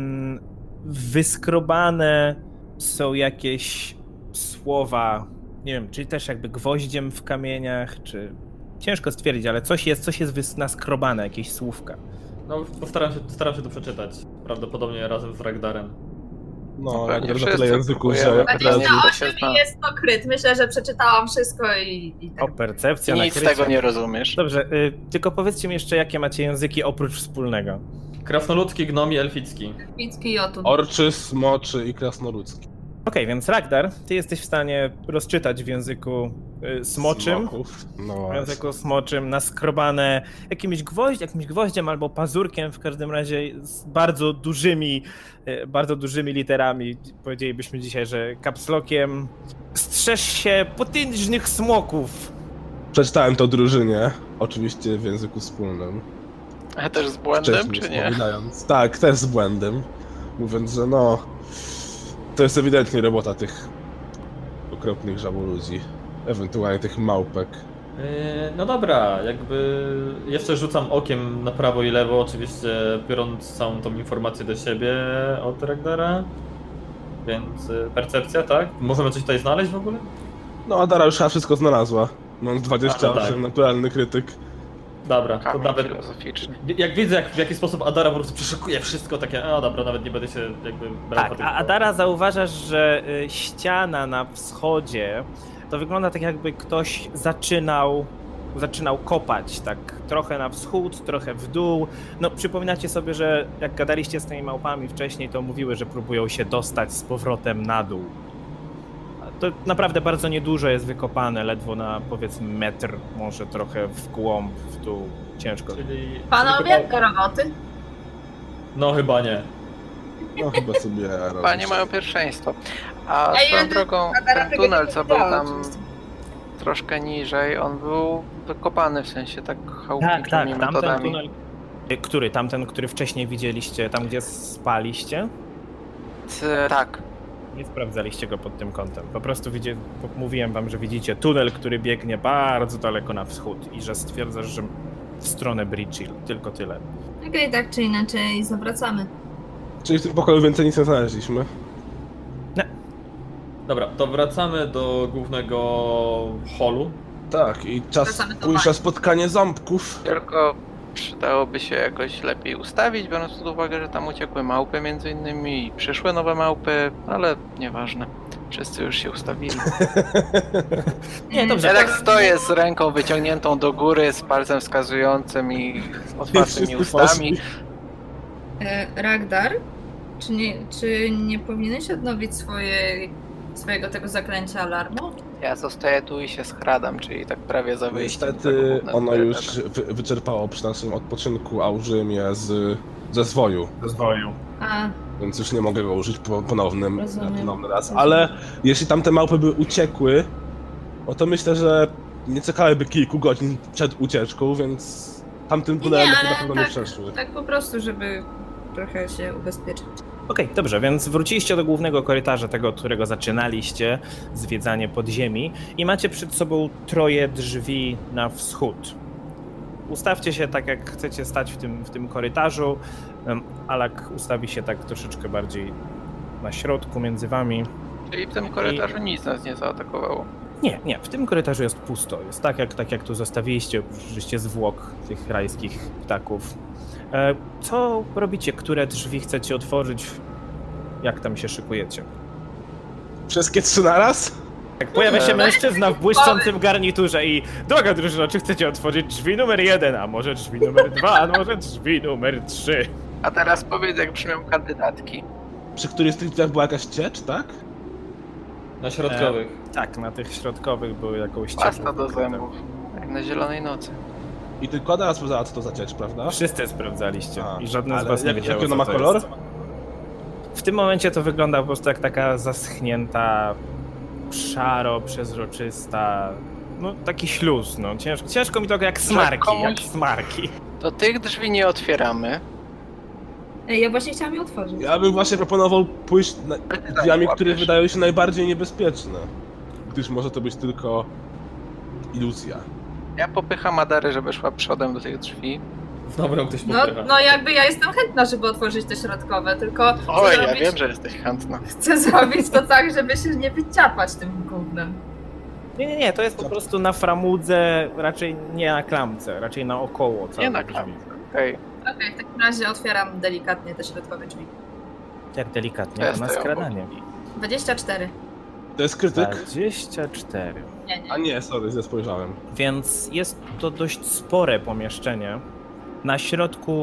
wyskrobane są jakieś słowa, nie wiem, czy też jakby gwoździem w kamieniach, czy... Ciężko stwierdzić, ale coś jest naskrobane, jakieś słówka. No, staram się to przeczytać. Prawdopodobnie razem z Ragdarem. No, Pewnie jak na wszyscy tyle języków, że próbujemy. od 20 razu... się 8 zna. i jest to kryt. Myślę, że przeczytałam wszystko i O, tak. percepcja, Nic z nakrycie. tego nie rozumiesz. Dobrze, tylko powiedzcie mi jeszcze, jakie macie języki oprócz wspólnego. Krasnoludzki, gnomi, elficki. Elficki i Jotun. Orczy, smoczy i krasnoludzki. Okej, więc Ragnar, ty jesteś w stanie rozczytać w języku smoczym. Smoków. No W właśnie. języku smoczym naskrobane jakimś gwoździem albo pazurkiem, w każdym razie z bardzo dużymi literami. Powiedzielibyśmy dzisiaj, że capslockiem. Strzeż się potężnych smoków. Przeczytałem to drużynie, oczywiście w języku wspólnym. A też z błędem, Wcześniej czy nie? wspominając. Tak, też z błędem. Mówiąc, że no... To jest ewidentnie robota tych okropnych żaboludzi. Ewentualnie tych małpek. No dobra, jakby jeszcze rzucam okiem na prawo i lewo, oczywiście biorąc całą tą informację do siebie od Ragdara. Więc percepcja, tak? Możemy coś tutaj znaleźć w ogóle? No, Adara już chyba wszystko znalazła. Mam 28, tak. naturalny krytyk. Dobra, to Kamień nawet... filozoficzny. Jak widzę, w jaki sposób Adara po prostu przeszukuje wszystko, takie, a dobra, nawet nie będę się jakby brał po Tak, tym. a Adara zauważasz, że ściana na wschodzie to wygląda tak, jakby ktoś zaczynał kopać, tak trochę na wschód, trochę w dół. No przypominacie sobie, że jak gadaliście z tymi małpami wcześniej, to mówiły, że próbują się dostać z powrotem na dół. To naprawdę bardzo niedużo jest wykopane, ledwo na powiedzmy metr, może trochę w głąb, w dół, ciężko. Czyli... Panowie, do roboty. No chyba nie. No chyba sobie Panie mają pierwszeństwo. A Ej, swoją ja drogą, Adara ten tego tunel, nie co był powiedziała, tam oczywiście. troszkę niżej, on był wykopany, w sensie tak Tak, chałupniczymi tamten metodami. tunel. Tamten, który wcześniej widzieliście, tam gdzie spaliście? Tak. Nie sprawdzaliście go pod tym kątem. Po prostu mówiłem wam, że widzicie tunel, który biegnie bardzo daleko na wschód i że stwierdzasz, że w stronę Bridge Hill. Tylko tyle. Okej, tak czy inaczej zawracamy. Czyli w tym pokoju więcej nic nie znaleźliśmy. Dobra, to wracamy do głównego holu. Tak, i czas Wracamy do pójść na spotkanie ząbków. Tylko przydałoby się jakoś lepiej ustawić, biorąc pod uwagę, że tam uciekły małpy między innymi i przyszły nowe małpy, ale nieważne. Wszyscy już się ustawili. Nie, dobrze. Ja tak stoję z ręką wyciągniętą do góry, z palcem wskazującym i z otwartymi Wszyscy ustami. poszli. Ragdar, czy nie powinieneś odnowić swojego tego zaklęcia alarmu? Ja zostaję tu i się schradam, czyli tak prawie za wyjściem. Niestety ono już wyczerpało przy naszym odpoczynku, a użyłem je ze zwoju. A, Więc już nie mogę go użyć ponownym raz. Rozumiem. Ale jeśli tamte małpy by uciekły, no to myślę, że nie czekałyby kilku godzin przed ucieczką, więc tamtym tunelem nie, na ale pewno nie przeszły. tak po prostu, żeby trochę się ubezpieczyć. Okej, dobrze, więc wróciliście do głównego korytarza, tego, od którego zaczynaliście zwiedzanie podziemi i macie przed sobą 3 drzwi na wschód. Ustawcie się tak, jak chcecie stać w tym korytarzu. Alak ustawi się tak troszeczkę bardziej na środku między wami. Czyli w tym korytarzu nic nas nie zaatakowało. Nie, w tym korytarzu jest pusto. Jest tak jak tu zostawiliście, użyliście zwłok tych rajskich ptaków. Co robicie? Które drzwi chcecie otworzyć? Jak tam się szykujecie? Wszystkie 3 naraz? Jak pojawia się mężczyzna w błyszczącym garniturze i droga drużyno, czy chcecie otworzyć drzwi numer 1, a może drzwi numer 2, a może drzwi numer 3? A teraz powiedz, jak brzmią kandydatki. Przy których z tych drzwiach była jakaś ciecz, tak? Na środkowych. Tak, na tych środkowych były jakąś Pasta ciepłą do wykryte. zębów. Jak na zielonej nocy. I tylko Adara sprawdzała, co to za ciecz, prawda? Wszyscy sprawdzaliście A, i żadne z ale was nie jak- wiedziało, jaki co ono ma to kolor? jest. W tym momencie to wygląda po prostu jak taka zaschnięta, szaro, przezroczysta, no taki śluz, no ciężko mi to jak smarki. To tych drzwi nie otwieramy. Ej, ja właśnie chciałam je otworzyć. Ja bym właśnie proponował pójść drzwiami, które łapiesz. wydają się najbardziej niebezpieczne. Gdyż może to być tylko iluzja. Ja popycham Adarę, żeby szła przodem do tych drzwi. Znowu ją ktoś No, popycha. no jakby ja jestem chętna, żeby otworzyć te środkowe, tylko Oj, chcę ja zrobić, wiem, że jesteś chętna. chcę zrobić to tak, żeby się nie wyciapać tym gównem. Nie, to jest po prostu na framudze, raczej nie na klamce, raczej naokoło całych Nie na drzwi. klamce. Okej. Okej, w takim razie otwieram delikatnie te środkowe drzwi. Jak delikatnie, Ja to na stoję skradanie. 24. To jest krytyk? 24. Nie. A nie, sorry, źle spojrzałem. Więc jest to dość spore pomieszczenie. Na środku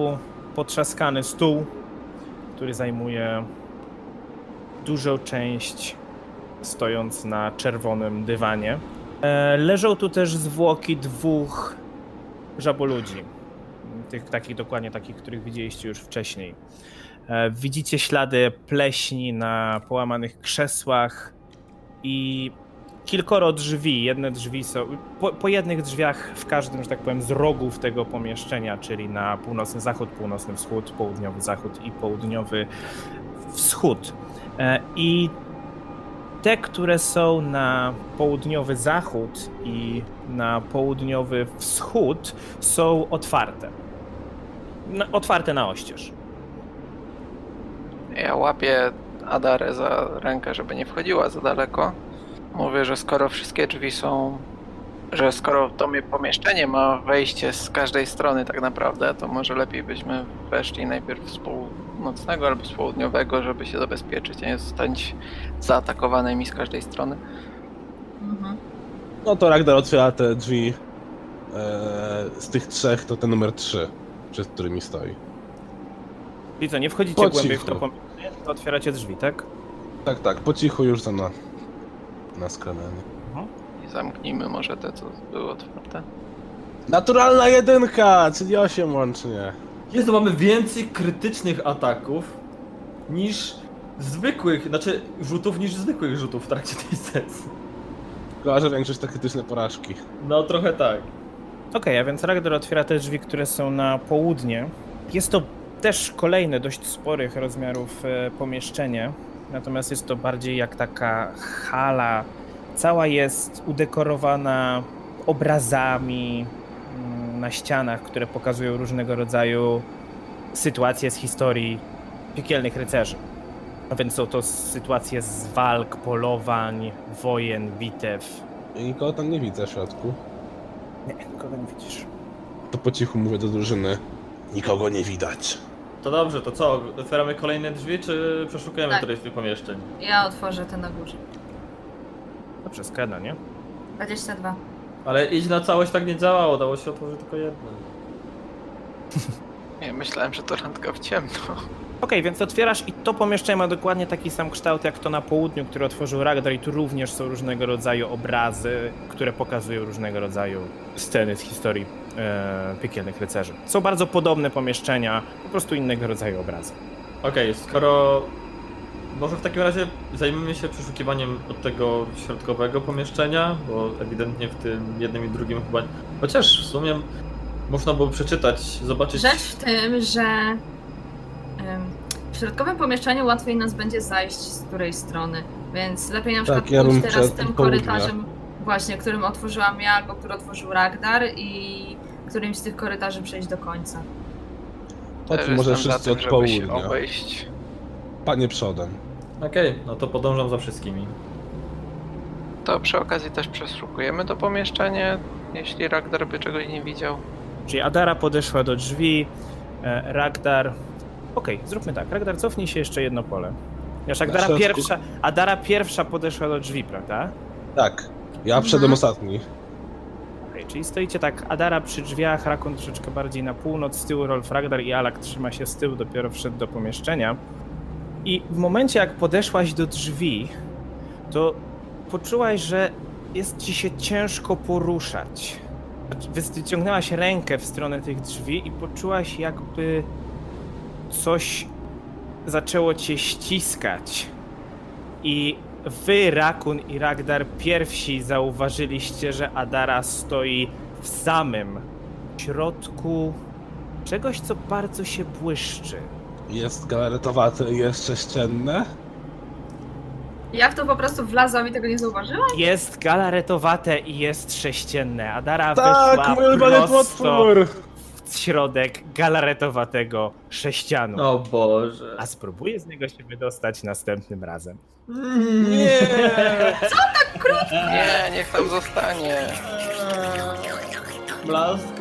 potrzaskany stół, który zajmuje dużą część, stojąc na czerwonym dywanie. Leżą tu też zwłoki 2 żaboludzi. Dokładnie takich, których widzieliście już wcześniej. Widzicie ślady pleśni na połamanych krzesłach i kilkoro drzwi. Jedne drzwi są po jednych drzwiach w każdym, że tak powiem, z rogów tego pomieszczenia, czyli na północny zachód, północny wschód, południowy zachód i południowy wschód. I te, które są na południowy zachód i na południowy wschód, są otwarte. Otwarte na oścież. Ja łapię Adarę za rękę, żeby nie wchodziła za daleko. Mówię, że skoro wszystkie drzwi są... że skoro to pomieszczenie ma wejście z każdej strony tak naprawdę, to może lepiej byśmy weszli najpierw z północnego albo z południowego, żeby się zabezpieczyć, a nie zostać zaatakowanymi z każdej strony. No to Ragnar otwiera te drzwi. Z tych 3 to ten numer 3, przed którymi stoi. I co, nie wchodzicie głębiej w to pomieszczenie, tylko otwieracie drzwi, tak? Tak, po cichu już za na skradanie. I zamknijmy może te, co były otwarte. Naturalna 1, czyli 8 łącznie. Jezu, mamy więcej krytycznych ataków niż zwykłych, znaczy rzutów niż zwykłych rzutów w trakcie tej sesji. Chyba, że większość to krytyczne porażki. No trochę tak. Okej, a więc Ragnar otwiera te drzwi, które są na południe. Jest to też kolejne dość sporych rozmiarów pomieszczenie, natomiast jest to bardziej jak taka hala. Cała jest udekorowana obrazami na ścianach, które pokazują różnego rodzaju sytuacje z historii piekielnych rycerzy. A więc są to sytuacje z walk, polowań, wojen, bitew. I nikogo tam nie widzę w środku. Nie, nikogo nie widzisz. To po cichu mówię do drużyny. Nikogo nie widać. To dobrze, to co? Otwieramy kolejne drzwi, czy przeszukujemy któreś z tych pomieszczeń? Ja otworzę te na górze. Dobrze, skrada, nie? 22. Ale iść na całość tak nie działało, dało się otworzyć tylko jedno. Ja myślałem, że to randka w ciemno. Okej, więc otwierasz i to pomieszczenie ma dokładnie taki sam kształt jak to na południu, które otworzył Ragnar, i tu również są różnego rodzaju obrazy, które pokazują różnego rodzaju sceny z historii piekielnych rycerzy. Są bardzo podobne pomieszczenia, po prostu innego rodzaju obrazy. Okej, skoro... Może w takim razie zajmiemy się przeszukiwaniem od tego środkowego pomieszczenia, bo ewidentnie w tym jednym i drugim chyba... Chociaż w sumie można było przeczytać, zobaczyć... Rzecz w tym, że w środkowym pomieszczeniu łatwiej nas będzie zajść z której strony, więc lepiej na przykład pójść teraz tym korytarzem, właśnie, którym otworzyłam ja, albo który otworzył Ragnar, i którymś z tych korytarzy przejść do końca. Chodź, może wszyscy od południa. Obejść. Panie przodem. Okej, no to podążam za wszystkimi. To przy okazji też przeszukujemy to pomieszczenie, jeśli Ragnar by czegoś nie widział. Czyli Adara podeszła do drzwi, Ragnar... Okej, zróbmy tak, Ragnar, cofnij się jeszcze jedno pole. Wiesz, Adara pierwsza podeszła do drzwi, prawda? Tak, ja wszedłem ostatni. Okej, czyli stoicie tak, Adara przy drzwiach, Rakun troszeczkę bardziej na północ, z tyłu Rolf, Ragnar i Alak trzyma się z tyłu, dopiero wszedł do pomieszczenia. I w momencie, jak podeszłaś do drzwi, to poczułaś, że jest ci się ciężko poruszać. Wyciągnęłaś rękę w stronę tych drzwi i poczułaś, jakby coś zaczęło cię ściskać. I wy, Rakun i Ragnar, pierwsi zauważyliście, że Adara stoi w samym środku czegoś, co bardzo się błyszczy. Jest galaretowaty i jest sześcienne? Ja w to po prostu wlazłam i tego nie zauważyłam? Jest galaretowate i jest sześcienne. Adara Tak, weszła prosto w środek galaretowatego sześcianu. O Boże. A spróbuję z niego się wydostać następnym razem. Nie! Co tak krótko? Nie, niech tam zostanie. Blask.